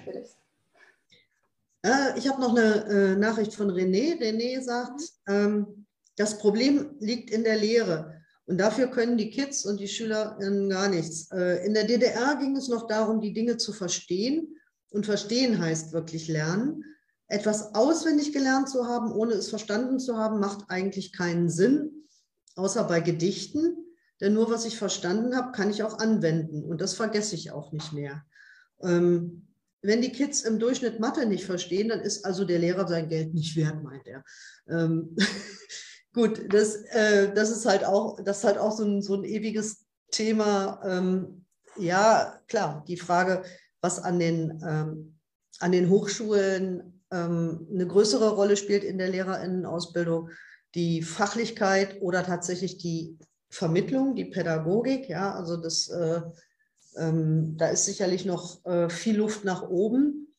äh, Ich habe noch eine äh, Nachricht von René. René sagt, mhm. ähm, das Problem liegt in der Lehre. Und dafür können die Kids und die SchülerInnen gar nichts. Äh, in der D D R ging es noch darum, die Dinge zu verstehen. Und verstehen heißt wirklich lernen. Etwas auswendig gelernt zu haben, ohne es verstanden zu haben, macht eigentlich keinen Sinn, außer bei Gedichten. Denn nur was ich verstanden habe, kann ich auch anwenden. Und das vergesse ich auch nicht mehr. Ähm, wenn die Kids im Durchschnitt Mathe nicht verstehen, dann ist also der Lehrer sein Geld nicht wert, meint er. Ähm, gut, das, äh, das ist halt auch, das ist halt auch so ein, so ein ewiges Thema. Ähm, ja, klar, die Frage, was an den, ähm, an den Hochschulen ähm, eine größere Rolle spielt in der LehrerInnenausbildung, die Fachlichkeit oder tatsächlich die Vermittlung, die Pädagogik, ja, also das, äh, ähm, da ist sicherlich noch äh, viel Luft nach oben.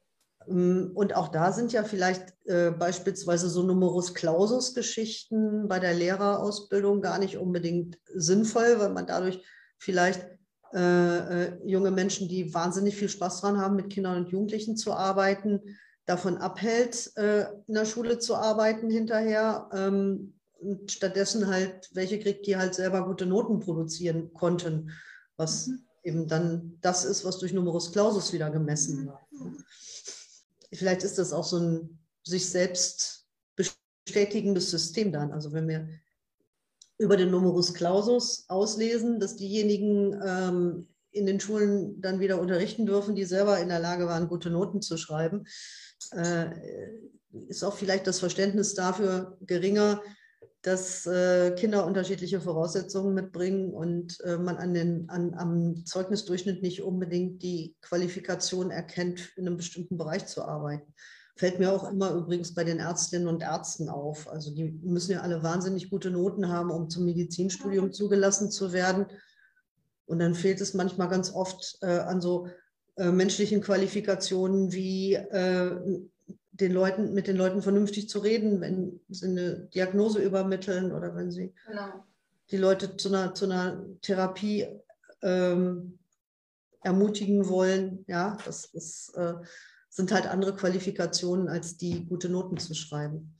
Ähm, und auch da sind ja vielleicht äh, beispielsweise so Numerus Clausus-Geschichten bei der Lehrerausbildung gar nicht unbedingt sinnvoll, weil man dadurch vielleicht äh, äh, junge Menschen, die wahnsinnig viel Spaß dran haben, mit Kindern und Jugendlichen zu arbeiten, davon abhält, äh, in der Schule zu arbeiten hinterher. Ähm, und stattdessen halt welche kriegt, die halt selber gute Noten produzieren konnten, was mhm. eben dann das ist, was durch Numerus Clausus wieder gemessen wird. Mhm. Vielleicht ist das auch so ein sich selbst bestätigendes System dann. Also wenn wir über den Numerus Clausus auslesen, dass diejenigen ähm, in den Schulen dann wieder unterrichten dürfen, die selber in der Lage waren, gute Noten zu schreiben, äh, ist auch vielleicht das Verständnis dafür geringer, dass äh, Kinder unterschiedliche Voraussetzungen mitbringen und äh, man an den, an, am Zeugnisdurchschnitt nicht unbedingt die Qualifikation erkennt, in einem bestimmten Bereich zu arbeiten. Fällt mir auch immer übrigens bei den Ärztinnen und Ärzten auf. Also die müssen ja alle wahnsinnig gute Noten haben, um zum Medizinstudium zugelassen zu werden. Und dann fehlt es manchmal ganz oft äh, an so äh, menschlichen Qualifikationen wie äh, den Leuten, mit den Leuten vernünftig zu reden, wenn sie eine Diagnose übermitteln oder wenn sie genau. die Leute zu einer, zu einer Therapie ähm, ermutigen wollen. Ja, das ist, äh, sind halt andere Qualifikationen, als die gute Noten zu schreiben.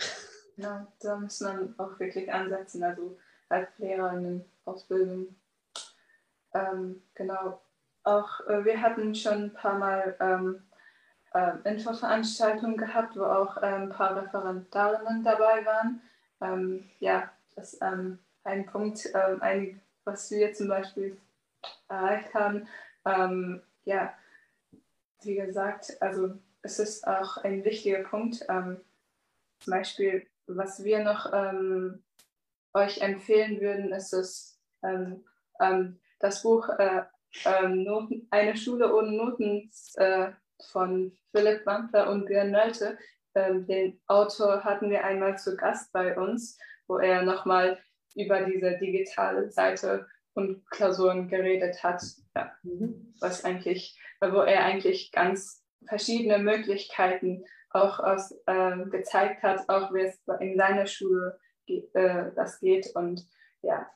Ja, da muss man auch wirklich ansetzen, also als Lehrerinnen-Ausbildung. Ähm, genau. Auch äh, wir hatten schon ein paar Mal ähm, äh, Infoveranstaltungen gehabt, wo auch äh, ein paar Referendarinnen dabei waren. Ähm, ja, das ist ähm, ein Punkt, äh, ein, was wir zum Beispiel erreicht haben. Ähm, ja, wie gesagt, also es ist auch ein wichtiger Punkt. Ähm, zum Beispiel, was wir noch ähm, euch empfehlen würden, ist es, ähm, ähm, das Buch äh, ähm, Noten, Eine Schule ohne Noten äh, von Philipp Wampler und Björn Nölte. Ähm, den Autor hatten wir einmal zu Gast bei uns, wo er nochmal über diese digitale Seite und Klausuren geredet hat, ja, mhm. was eigentlich, wo er eigentlich ganz verschiedene Möglichkeiten auch aus, äh, gezeigt hat, auch wie es in seiner Schule geht, äh, das geht und ja.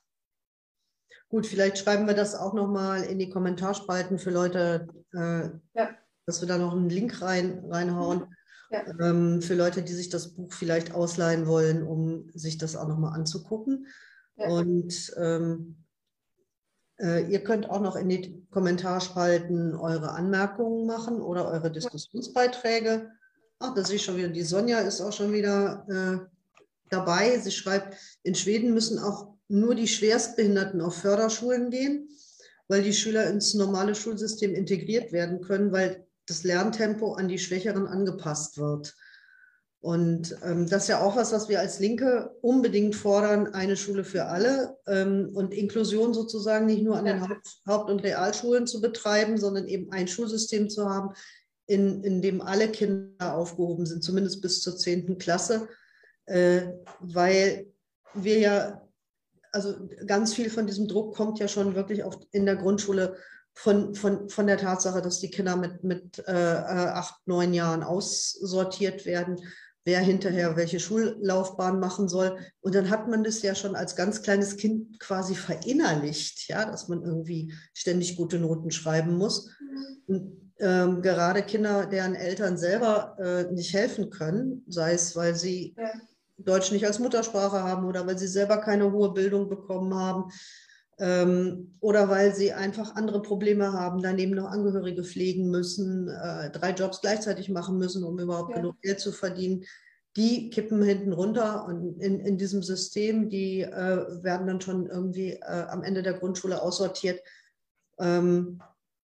Gut, vielleicht schreiben wir das auch nochmal in die Kommentarspalten für Leute, äh, ja. dass wir da noch einen Link rein, reinhauen. Ja. Ähm, für Leute, die sich das Buch vielleicht ausleihen wollen, um sich das auch nochmal anzugucken. Ja. Und ähm, äh, ihr könnt auch noch in die Kommentarspalten eure Anmerkungen machen oder eure Diskussionsbeiträge. Ach, da sehe ich schon wieder, die Sonja ist auch schon wieder äh, dabei. Sie schreibt, in Schweden müssen auch nur die Schwerstbehinderten auf Förderschulen gehen, weil die Schüler ins normale Schulsystem integriert werden können, weil das Lerntempo an die Schwächeren angepasst wird. Und ähm, das ist ja auch was, was wir als Linke unbedingt fordern, eine Schule für alle ähm, und Inklusion sozusagen nicht nur an den Haupt-, Haupt- und Realschulen zu betreiben, sondern eben ein Schulsystem zu haben, in, in dem alle Kinder aufgehoben sind, zumindest bis zur zehnten Klasse, äh, weil wir ja, also ganz viel von diesem Druck kommt ja schon wirklich oft in der Grundschule von, von, von der Tatsache, dass die Kinder mit, mit äh, acht, neun Jahren aussortiert werden, wer hinterher welche Schullaufbahn machen soll. Und dann hat man das ja schon als ganz kleines Kind quasi verinnerlicht, ja, dass man irgendwie ständig gute Noten schreiben muss. Und ähm, gerade Kinder, deren Eltern selber äh, nicht helfen können, sei es, weil sie ja. Deutsch nicht als Muttersprache haben oder weil sie selber keine hohe Bildung bekommen haben ähm, oder weil sie einfach andere Probleme haben, daneben noch Angehörige pflegen müssen, äh, drei Jobs gleichzeitig machen müssen, um überhaupt ja. genug Geld zu verdienen. Die kippen hinten runter und in, in diesem System, die äh, werden dann schon irgendwie äh, am Ende der Grundschule aussortiert. Ähm,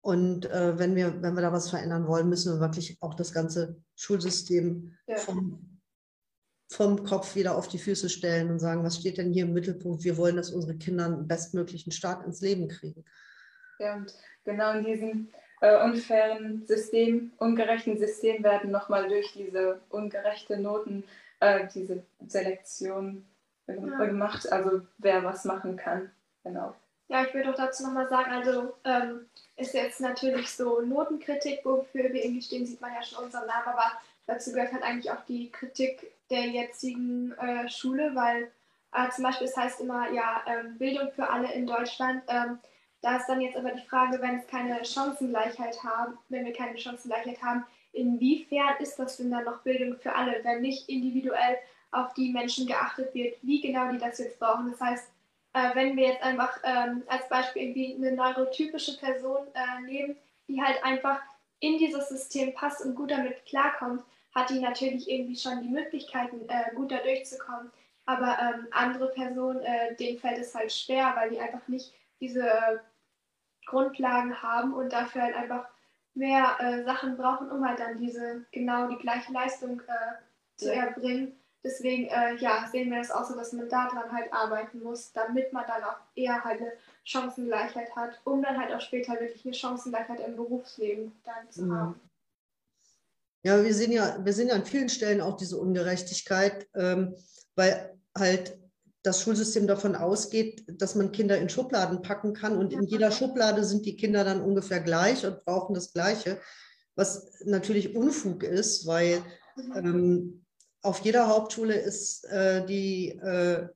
Und äh, wenn wir, wenn wir da was verändern wollen, müssen wir wirklich auch das ganze Schulsystem
Ja.
vom, vom Kopf wieder auf die Füße stellen und sagen, was steht denn hier im Mittelpunkt? Wir wollen, dass unsere Kinder einen bestmöglichen Start ins Leben kriegen.
Ja, und genau in diesem äh, unfairen System, ungerechten System werden nochmal durch diese ungerechte Noten äh, diese Selektion äh,
Ja.
gemacht, also wer was machen kann. Genau.
Ja, ich würde auch dazu nochmal sagen, also ähm, ist jetzt natürlich so Notenkritik, wofür wir irgendwie stehen, sieht man ja schon unseren Namen, aber dazu gehört halt eigentlich auch die Kritik der jetzigen äh, Schule, weil äh, zum Beispiel es heißt immer, ja, ähm, Bildung für alle in Deutschland. Ähm, da ist dann jetzt aber die Frage, wenn es keine Chancengleichheit haben, wenn wir keine Chancengleichheit haben, inwiefern ist das denn dann noch Bildung für alle, wenn nicht individuell auf die Menschen geachtet wird, wie genau die das jetzt brauchen. Das heißt, äh, wenn wir jetzt einfach ähm, als Beispiel irgendwie eine neurotypische Person äh, nehmen, die halt einfach in dieses System passt und gut damit klarkommt, hat die natürlich irgendwie schon die Möglichkeiten, äh, gut da durchzukommen. Aber ähm, andere Personen, äh, denen fällt es halt schwer, weil die einfach nicht diese äh, Grundlagen haben und dafür halt einfach mehr äh, Sachen brauchen, um halt dann diese genau die gleiche Leistung äh, zu
Ja.
erbringen. Deswegen äh, ja, sehen wir das auch so, dass man daran halt arbeiten muss, damit man dann auch eher halt eine Chancengleichheit hat, um dann halt auch später wirklich eine Chancengleichheit im Berufsleben dann zu
Mhm.
haben.
Ja, wir sehen ja, wir sehen ja an vielen Stellen auch diese Ungerechtigkeit, ähm, weil halt das Schulsystem davon ausgeht, dass man Kinder in Schubladen packen kann und in jeder Schublade sind die Kinder dann ungefähr gleich und brauchen das Gleiche, was natürlich Unfug ist, weil ähm, auf jeder Hauptschule ist äh, die, äh,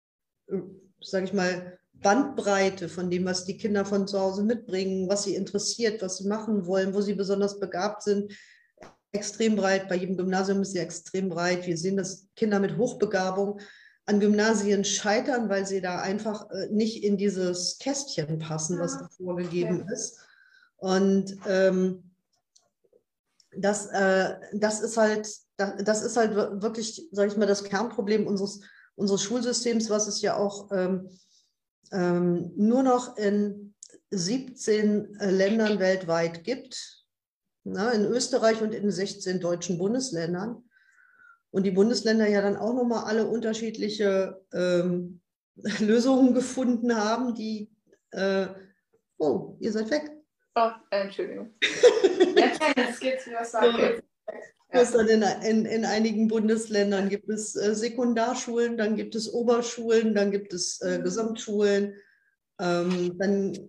sage ich mal, Bandbreite von dem, was die Kinder von zu Hause mitbringen, was sie interessiert, was sie machen wollen, wo sie besonders begabt sind, extrem breit. Bei jedem Gymnasium ist sie extrem breit. Wir sehen, dass Kinder mit Hochbegabung an Gymnasien scheitern, weil sie da einfach äh, nicht in dieses Kästchen passen, was da vorgegeben
Ja.
ist. Und ähm, das, äh, das ist halt, das, das ist halt wirklich, sage ich mal, das Kernproblem unseres, unseres Schulsystems, was es ja auch ähm, ähm, nur noch in siebzehn äh, Ländern weltweit gibt. Na, in Österreich und in sechzehn deutschen Bundesländern. Und die Bundesländer ja dann auch nochmal alle unterschiedliche ähm, Lösungen gefunden haben, die, äh, oh, ihr seid weg.
Oh, äh, Entschuldigung. Jetzt, jetzt geht's mir was sagen.
Ja. Dann in, in, in einigen Bundesländern gibt es äh, Sekundarschulen, dann gibt es Oberschulen, dann gibt es äh, Gesamtschulen, ähm, dann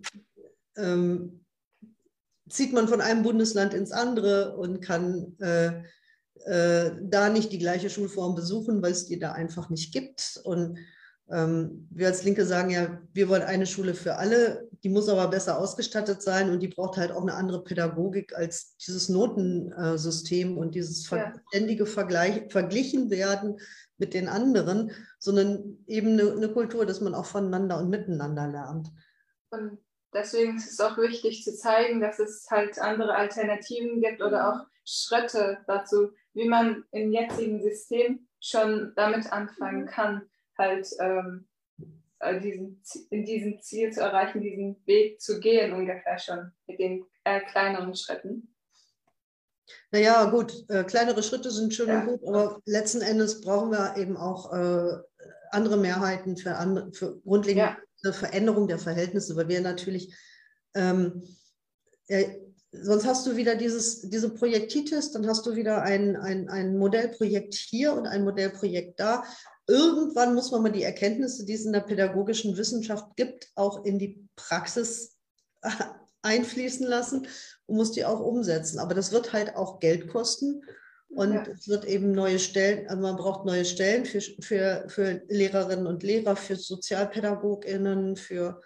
ähm, zieht man von einem Bundesland ins andere und kann äh, äh, da nicht die gleiche Schulform besuchen, weil es die da einfach nicht gibt. Und ähm, wir als Linke sagen ja, wir wollen eine Schule für alle, die muss aber besser ausgestattet sein und die braucht halt auch eine andere Pädagogik als dieses Notensystem und dieses
Ja.
ständige Vergleich, verglichen werden mit den anderen, sondern eben eine, eine Kultur, dass man auch voneinander und miteinander lernt.
Und deswegen ist es auch wichtig zu zeigen, dass es halt andere Alternativen gibt oder auch Schritte dazu, wie man im jetzigen System schon damit anfangen kann, halt ähm, diesen, in diesem Ziel zu erreichen, diesen Weg zu gehen, ungefähr schon mit den äh, kleineren Schritten.
Naja, gut, äh, kleinere Schritte sind schön
Ja.
und gut, aber letzten Endes brauchen wir eben auch äh, andere Mehrheiten für, andere, für grundlegende ja. Veränderung der Verhältnisse, weil wir natürlich, ähm, äh, sonst hast du wieder dieses, diese Projektitis, dann hast du wieder ein, ein, ein Modellprojekt hier und ein Modellprojekt da. Irgendwann muss man mal die Erkenntnisse, die es in der pädagogischen Wissenschaft gibt, auch in die Praxis einfließen lassen und muss die auch umsetzen. Aber das wird halt auch Geld kosten und ja. es wird eben neue Stellen, also man braucht neue Stellen für, für, für Lehrerinnen und Lehrer, für SozialpädagogInnen, für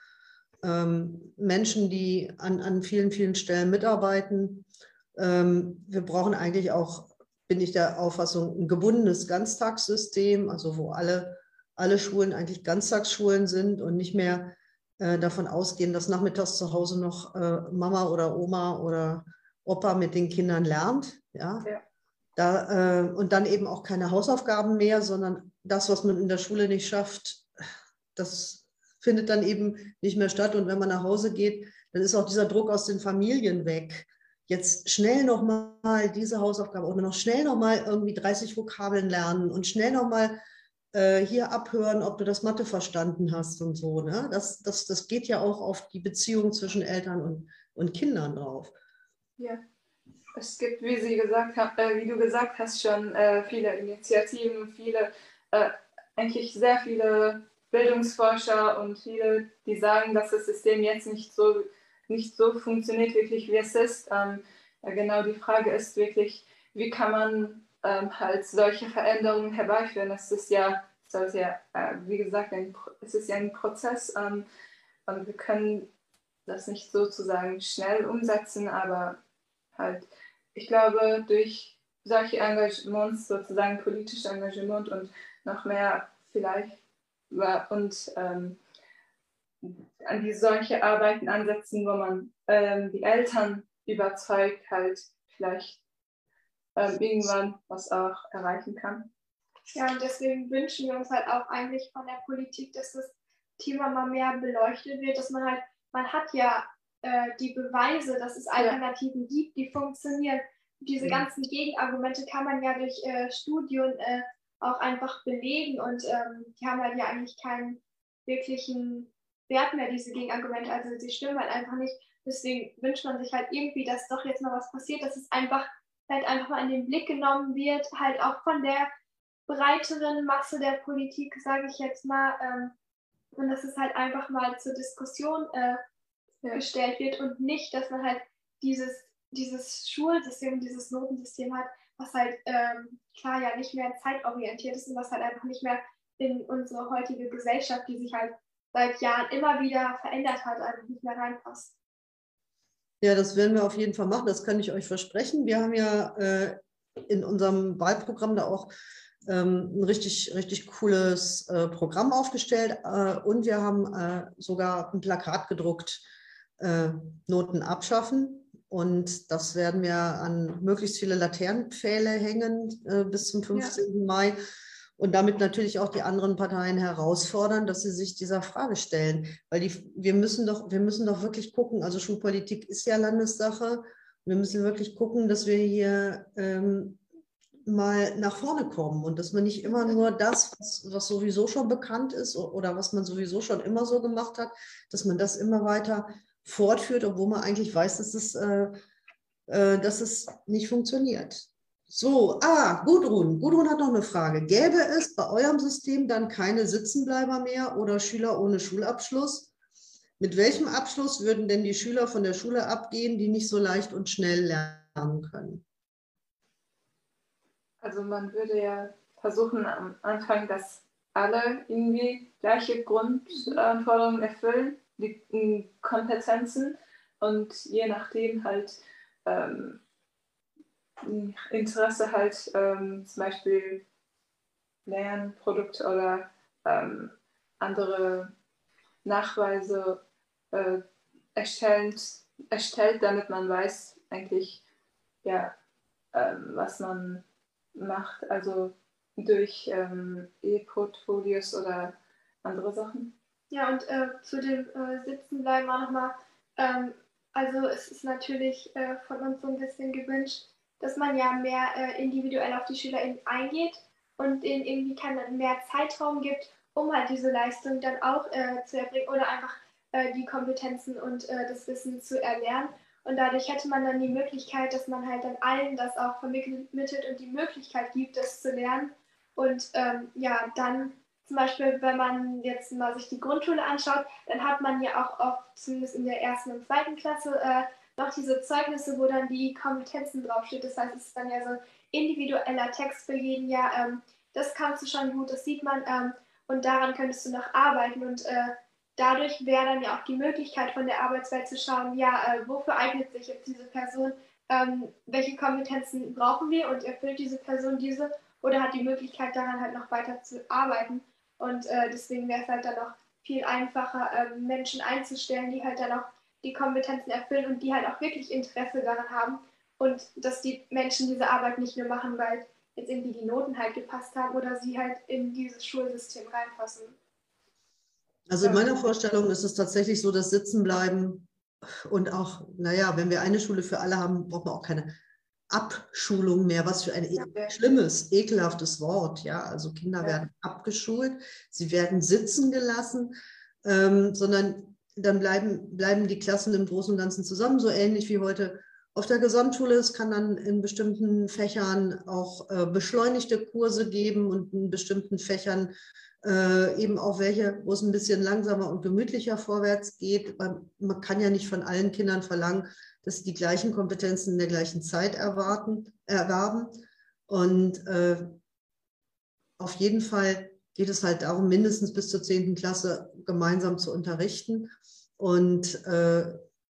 ähm, Menschen, die an, an vielen, vielen Stellen mitarbeiten. Ähm, wir brauchen eigentlich auch, bin ich der Auffassung, ein gebundenes Ganztagssystem, also wo alle, alle Schulen eigentlich Ganztagsschulen sind und nicht mehr äh, davon ausgehen, dass nachmittags zu Hause noch äh, Mama oder Oma oder Opa mit den Kindern lernt. Ja?
Ja.
Da, äh, und dann eben auch keine Hausaufgaben mehr, sondern das, was man in der Schule nicht schafft, das findet dann eben nicht mehr statt. Und wenn man nach Hause geht, dann ist auch dieser Druck aus den Familien weg. Jetzt schnell nochmal diese Hausaufgabe oder noch schnell nochmal irgendwie dreißig Vokabeln lernen und schnell nochmal äh, hier abhören, ob du das Mathe verstanden hast und so. Ne? Das, das, das geht ja auch auf die Beziehung zwischen Eltern und, und Kindern drauf.
Ja, es gibt, wie Sie gesagt haben, äh, wie du gesagt hast, schon äh, viele Initiativen, viele, äh, eigentlich sehr viele Bildungsforscher und viele, die sagen, dass das System jetzt nicht so, nicht so funktioniert wirklich, wie es ist. Ähm, ja, genau, die Frage ist wirklich, wie kann man ähm, halt solche Veränderungen herbeiführen? Das ist ja, das ist ja äh, wie gesagt, ein, es ist ja ein Prozess ähm, und wir können das nicht sozusagen schnell umsetzen, aber halt, ich glaube, durch solche Engagements, sozusagen politische Engagement und noch mehr vielleicht und ähm, an die solche Arbeiten ansetzen, wo man ähm, die Eltern überzeugt, halt vielleicht ähm, irgendwann was auch erreichen kann.
Ja, und deswegen wünschen wir uns halt auch eigentlich von der Politik, dass das Thema mal mehr beleuchtet wird, dass man halt, man hat ja äh, die Beweise, dass es Alternativen ja. gibt, die funktionieren. Diese ja. ganzen Gegenargumente kann man ja durch äh, Studien äh, auch einfach belegen und ähm, die haben halt ja eigentlich keinen wirklichen Wert mehr, diese Gegenargumente, also sie stimmen halt einfach nicht. Deswegen wünscht man sich halt irgendwie, dass doch jetzt mal was passiert, dass es einfach halt einfach mal in den Blick genommen wird, halt auch von der breiteren Masse der Politik, sage ich jetzt mal, ähm, und dass es halt einfach mal zur Diskussion äh, ja. gestellt wird und nicht, dass man halt dieses, dieses Schulsystem, dieses Notensystem hat, was halt ähm, klar ja nicht mehr zeitorientiert ist und was halt einfach nicht mehr in unsere heutige Gesellschaft, die sich halt seit Jahren immer wieder verändert hat, einfach nicht mehr reinpasst.
Ja, das werden wir auf jeden Fall machen, das kann ich euch versprechen. Wir haben ja äh, in unserem Wahlprogramm da auch ähm, ein richtig, richtig cooles äh, Programm aufgestellt äh, und wir haben äh, sogar ein Plakat gedruckt, äh, Noten abschaffen. Und das werden wir an möglichst viele Laternenpfähle hängen äh, bis zum fünfzehnten Mai. Und damit natürlich auch die anderen Parteien herausfordern, dass sie sich dieser Frage stellen. Weil die, wir, müssen doch, wir müssen doch wirklich gucken, also Schulpolitik ist ja Landessache. Wir müssen wirklich gucken, dass wir hier ähm, mal nach vorne kommen und dass man nicht immer nur das, was, was sowieso schon bekannt ist oder was man sowieso schon immer so gemacht hat, dass man das immer weiter fortführt, obwohl man eigentlich weiß, dass es, äh, äh, dass es nicht funktioniert. So, ah, Gudrun. Gudrun hat noch eine Frage. Gäbe es bei eurem System dann keine Sitzenbleiber mehr oder Schüler ohne Schulabschluss? Mit welchem Abschluss würden denn die Schüler von der Schule abgehen, die nicht so leicht und schnell lernen können?
Also man würde ja versuchen am Anfang, dass alle irgendwie gleiche Grundanforderungen erfüllen, die Kompetenzen und je nachdem halt ähm, Interesse halt ähm, zum Beispiel Lernprodukte oder ähm, andere Nachweise äh, erstellt, erstellt, damit man weiß eigentlich, ja, ähm, was man macht, also durch ähm, E-Portfolios oder andere Sachen.
Ja, und äh, zu dem äh, Sitzenbleiben auch nochmal, ähm, also es ist natürlich äh, von uns so ein bisschen gewünscht, dass man ja mehr äh, individuell auf die SchülerInnen eingeht und ihnen irgendwie keinen mehr Zeitraum gibt, um halt diese Leistung dann auch äh, zu erbringen oder einfach äh, die Kompetenzen und äh, das Wissen zu erlernen. Und dadurch hätte man dann die Möglichkeit, dass man halt dann allen das auch vermittelt und die Möglichkeit gibt, das zu lernen. Und ähm, ja, dann zum Beispiel, wenn man jetzt mal sich die Grundschule anschaut, dann hat man ja auch oft, zumindest in der ersten und zweiten Klasse, äh, noch diese Zeugnisse, wo dann die Kompetenzen draufsteht. Das heißt, es ist dann ja so ein individueller Text für jeden Jahr. Ähm, das kannst du schon gut, das sieht man. Ähm, und daran könntest du noch arbeiten. Und äh, dadurch wäre dann ja auch die Möglichkeit von der Arbeitswelt zu schauen, ja, äh, wofür eignet sich jetzt diese Person, ähm, welche Kompetenzen brauchen wir und erfüllt diese Person diese oder hat die Möglichkeit daran halt noch weiter zu arbeiten. Und äh, deswegen wäre es halt dann auch viel einfacher, äh, Menschen einzustellen, die halt dann auch die Kompetenzen erfüllen und die halt auch wirklich Interesse daran haben und dass die Menschen diese Arbeit nicht nur machen, weil jetzt irgendwie die Noten halt gepasst haben oder sie halt in dieses Schulsystem reinpassen.
Also in meiner Vorstellung ist es tatsächlich so, dass Sitzenbleiben und auch, naja, wenn wir eine Schule für alle haben, braucht man auch keine Abschulung mehr. Was für ein e schlimmes, ekelhaftes Wort. Ja, also Kinder ja. werden abgeschult, sie werden sitzen gelassen, ähm, sondern dann bleiben, bleiben die Klassen im Großen und Ganzen zusammen, so ähnlich wie heute auf der Gesamtschule. Es kann dann in bestimmten Fächern auch äh, beschleunigte Kurse geben und in bestimmten Fächern äh, eben auch welche, wo es ein bisschen langsamer und gemütlicher vorwärts geht. Man, man kann ja nicht von allen Kindern verlangen, dass sie die gleichen Kompetenzen in der gleichen Zeit erwarten, erwerben. Und äh, auf jeden Fall geht es halt darum, mindestens bis zur zehnten Klasse gemeinsam zu unterrichten. Und äh,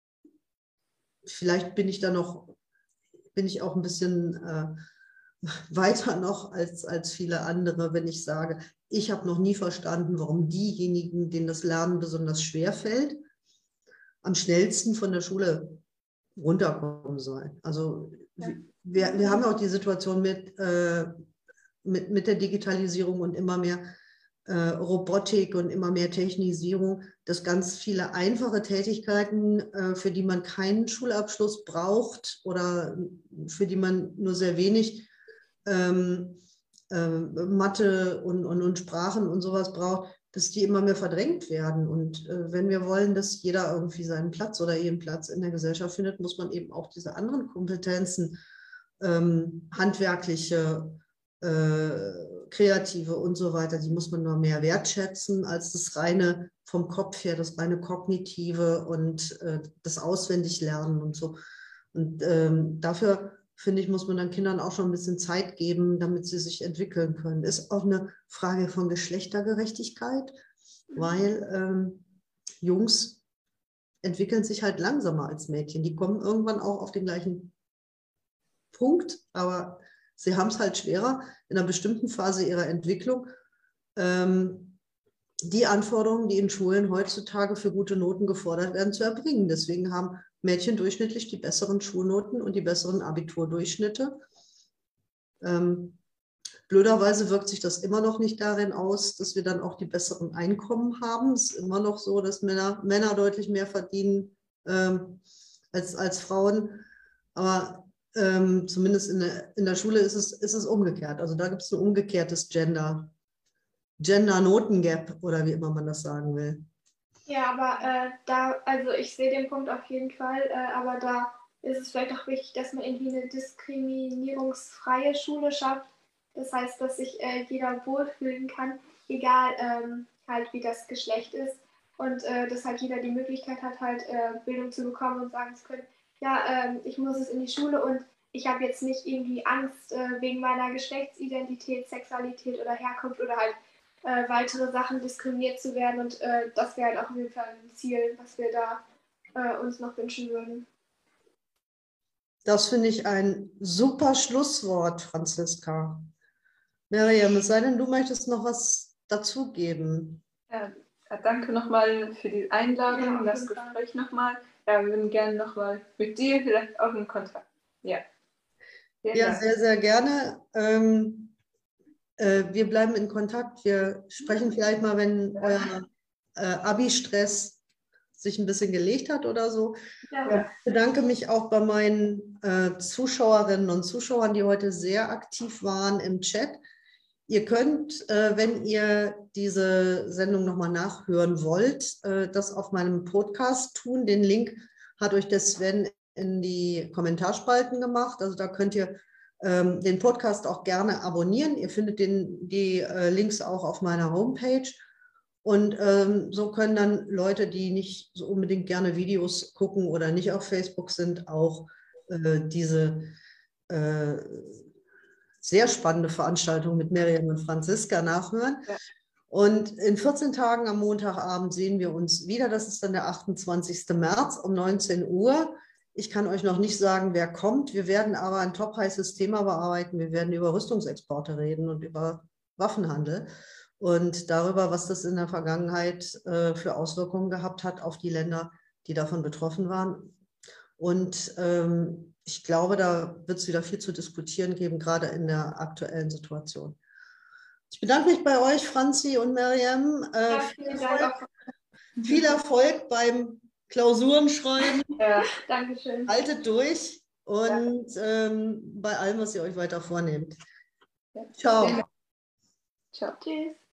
vielleicht bin ich da noch, bin ich auch ein bisschen äh, weiter noch als, als viele andere, wenn ich sage, ich habe noch nie verstanden, warum diejenigen, denen das Lernen besonders schwer fällt, am schnellsten von der Schule runterkommen sollen. Also ja. wir, wir haben auch die Situation mit, äh, mit, mit der Digitalisierung und immer mehr äh, Robotik und immer mehr Technisierung, dass ganz viele einfache Tätigkeiten, äh, für die man keinen Schulabschluss braucht oder für die man nur sehr wenig ähm, äh, Mathe und, und, und Sprachen und sowas braucht, dass die immer mehr verdrängt werden. Und äh, wenn wir wollen, dass jeder irgendwie seinen Platz oder ihren Platz in der Gesellschaft findet, muss man eben auch diese anderen Kompetenzen, ähm, handwerkliche, äh, kreative und so weiter, die muss man noch mehr wertschätzen als das reine vom Kopf her, das reine Kognitive und äh, das Auswendiglernen und so. Und ähm, dafür, finde ich, muss man dann Kindern auch schon ein bisschen Zeit geben, damit sie sich entwickeln können. Ist auch eine Frage von Geschlechtergerechtigkeit, weil ähm, Jungs entwickeln sich halt langsamer als Mädchen. Die kommen irgendwann auch auf den gleichen Punkt, aber sie haben es halt schwerer, in einer bestimmten Phase ihrer Entwicklung ähm, die Anforderungen, die in Schulen heutzutage für gute Noten gefordert werden, zu erbringen. Deswegen haben Mädchen durchschnittlich die besseren Schulnoten und die besseren Abiturdurchschnitte. Ähm, blöderweise wirkt sich das immer noch nicht darin aus, dass wir dann auch die besseren Einkommen haben. Es ist immer noch so, dass Männer, Männer deutlich mehr verdienen ähm, als, als Frauen. Aber ähm, zumindest in der, in der Schule ist es, ist es umgekehrt. Also da gibt es ein umgekehrtes Gender, Gender-Noten-Gap oder wie immer man das sagen will.
Ja, aber äh, da, also ich sehe den Punkt auf jeden Fall, äh, aber da ist es vielleicht auch wichtig, dass man irgendwie eine diskriminierungsfreie Schule schafft. Das heißt, dass sich äh, jeder wohlfühlen kann, egal ähm, halt wie das Geschlecht ist. Und äh, dass halt jeder die Möglichkeit hat, halt äh, Bildung zu bekommen und sagen zu können, ja, ähm, ich muss es in die Schule und ich habe jetzt nicht irgendwie Angst äh, wegen meiner Geschlechtsidentität, Sexualität oder Herkunft oder halt äh, weitere Sachen diskriminiert zu werden. Und äh, das wäre halt auch auf jeden Fall ein Ziel, was wir da äh, uns noch wünschen würden.
Das finde ich ein super Schlusswort, Franziska. Miriam, es sei denn, du möchtest noch was dazugeben.
Ja, danke nochmal für die Einladung und ja, das Gespräch nochmal. Ja, wir würden gerne nochmal mit dir vielleicht auch in Kontakt. Ja,
ja sehr, sehr gerne. Ähm, äh, wir bleiben in Kontakt. Wir sprechen vielleicht mal, wenn euer äh, Abi-Stress sich ein bisschen gelegt hat oder so. Ja. Ich bedanke mich auch bei meinen äh, Zuschauerinnen und Zuschauern, die heute sehr aktiv waren im Chat. Ihr könnt, äh, wenn ihr diese Sendung nochmal nachhören wollt, äh, das auf meinem Podcast tun. Den Link hat euch der Sven in die Kommentarspalten gemacht. Also da könnt ihr ähm, den Podcast auch gerne abonnieren. Ihr findet den, die äh, Links auch auf meiner Homepage. Und ähm, so können dann Leute, die nicht so unbedingt gerne Videos gucken oder nicht auf Facebook sind, auch äh, diese äh, sehr spannende Veranstaltung mit Miriam und Franziska nachhören. Ja. Und in vierzehn Tagen am Montagabend sehen wir uns wieder. Das ist dann der achtundzwanzigste März um neunzehn Uhr. Ich kann euch noch nicht sagen, wer kommt. Wir werden aber ein top heißes Thema bearbeiten. Wir werden über Rüstungsexporte reden und über Waffenhandel und darüber, was das in der Vergangenheit äh, für Auswirkungen gehabt hat auf die Länder, die davon betroffen waren. Und ähm, ich glaube, da wird es wieder viel zu diskutieren geben, gerade in der aktuellen Situation. Ich bedanke mich bei euch, Franzi und Miriam. Äh,
ja,
viel, Erfolg, viel Erfolg beim Klausuren schreiben.
Ja.
Dankeschön.
Haltet durch und ähm, bei allem, was ihr euch weiter vornehmt. Ciao.
Ciao.
Tschüss.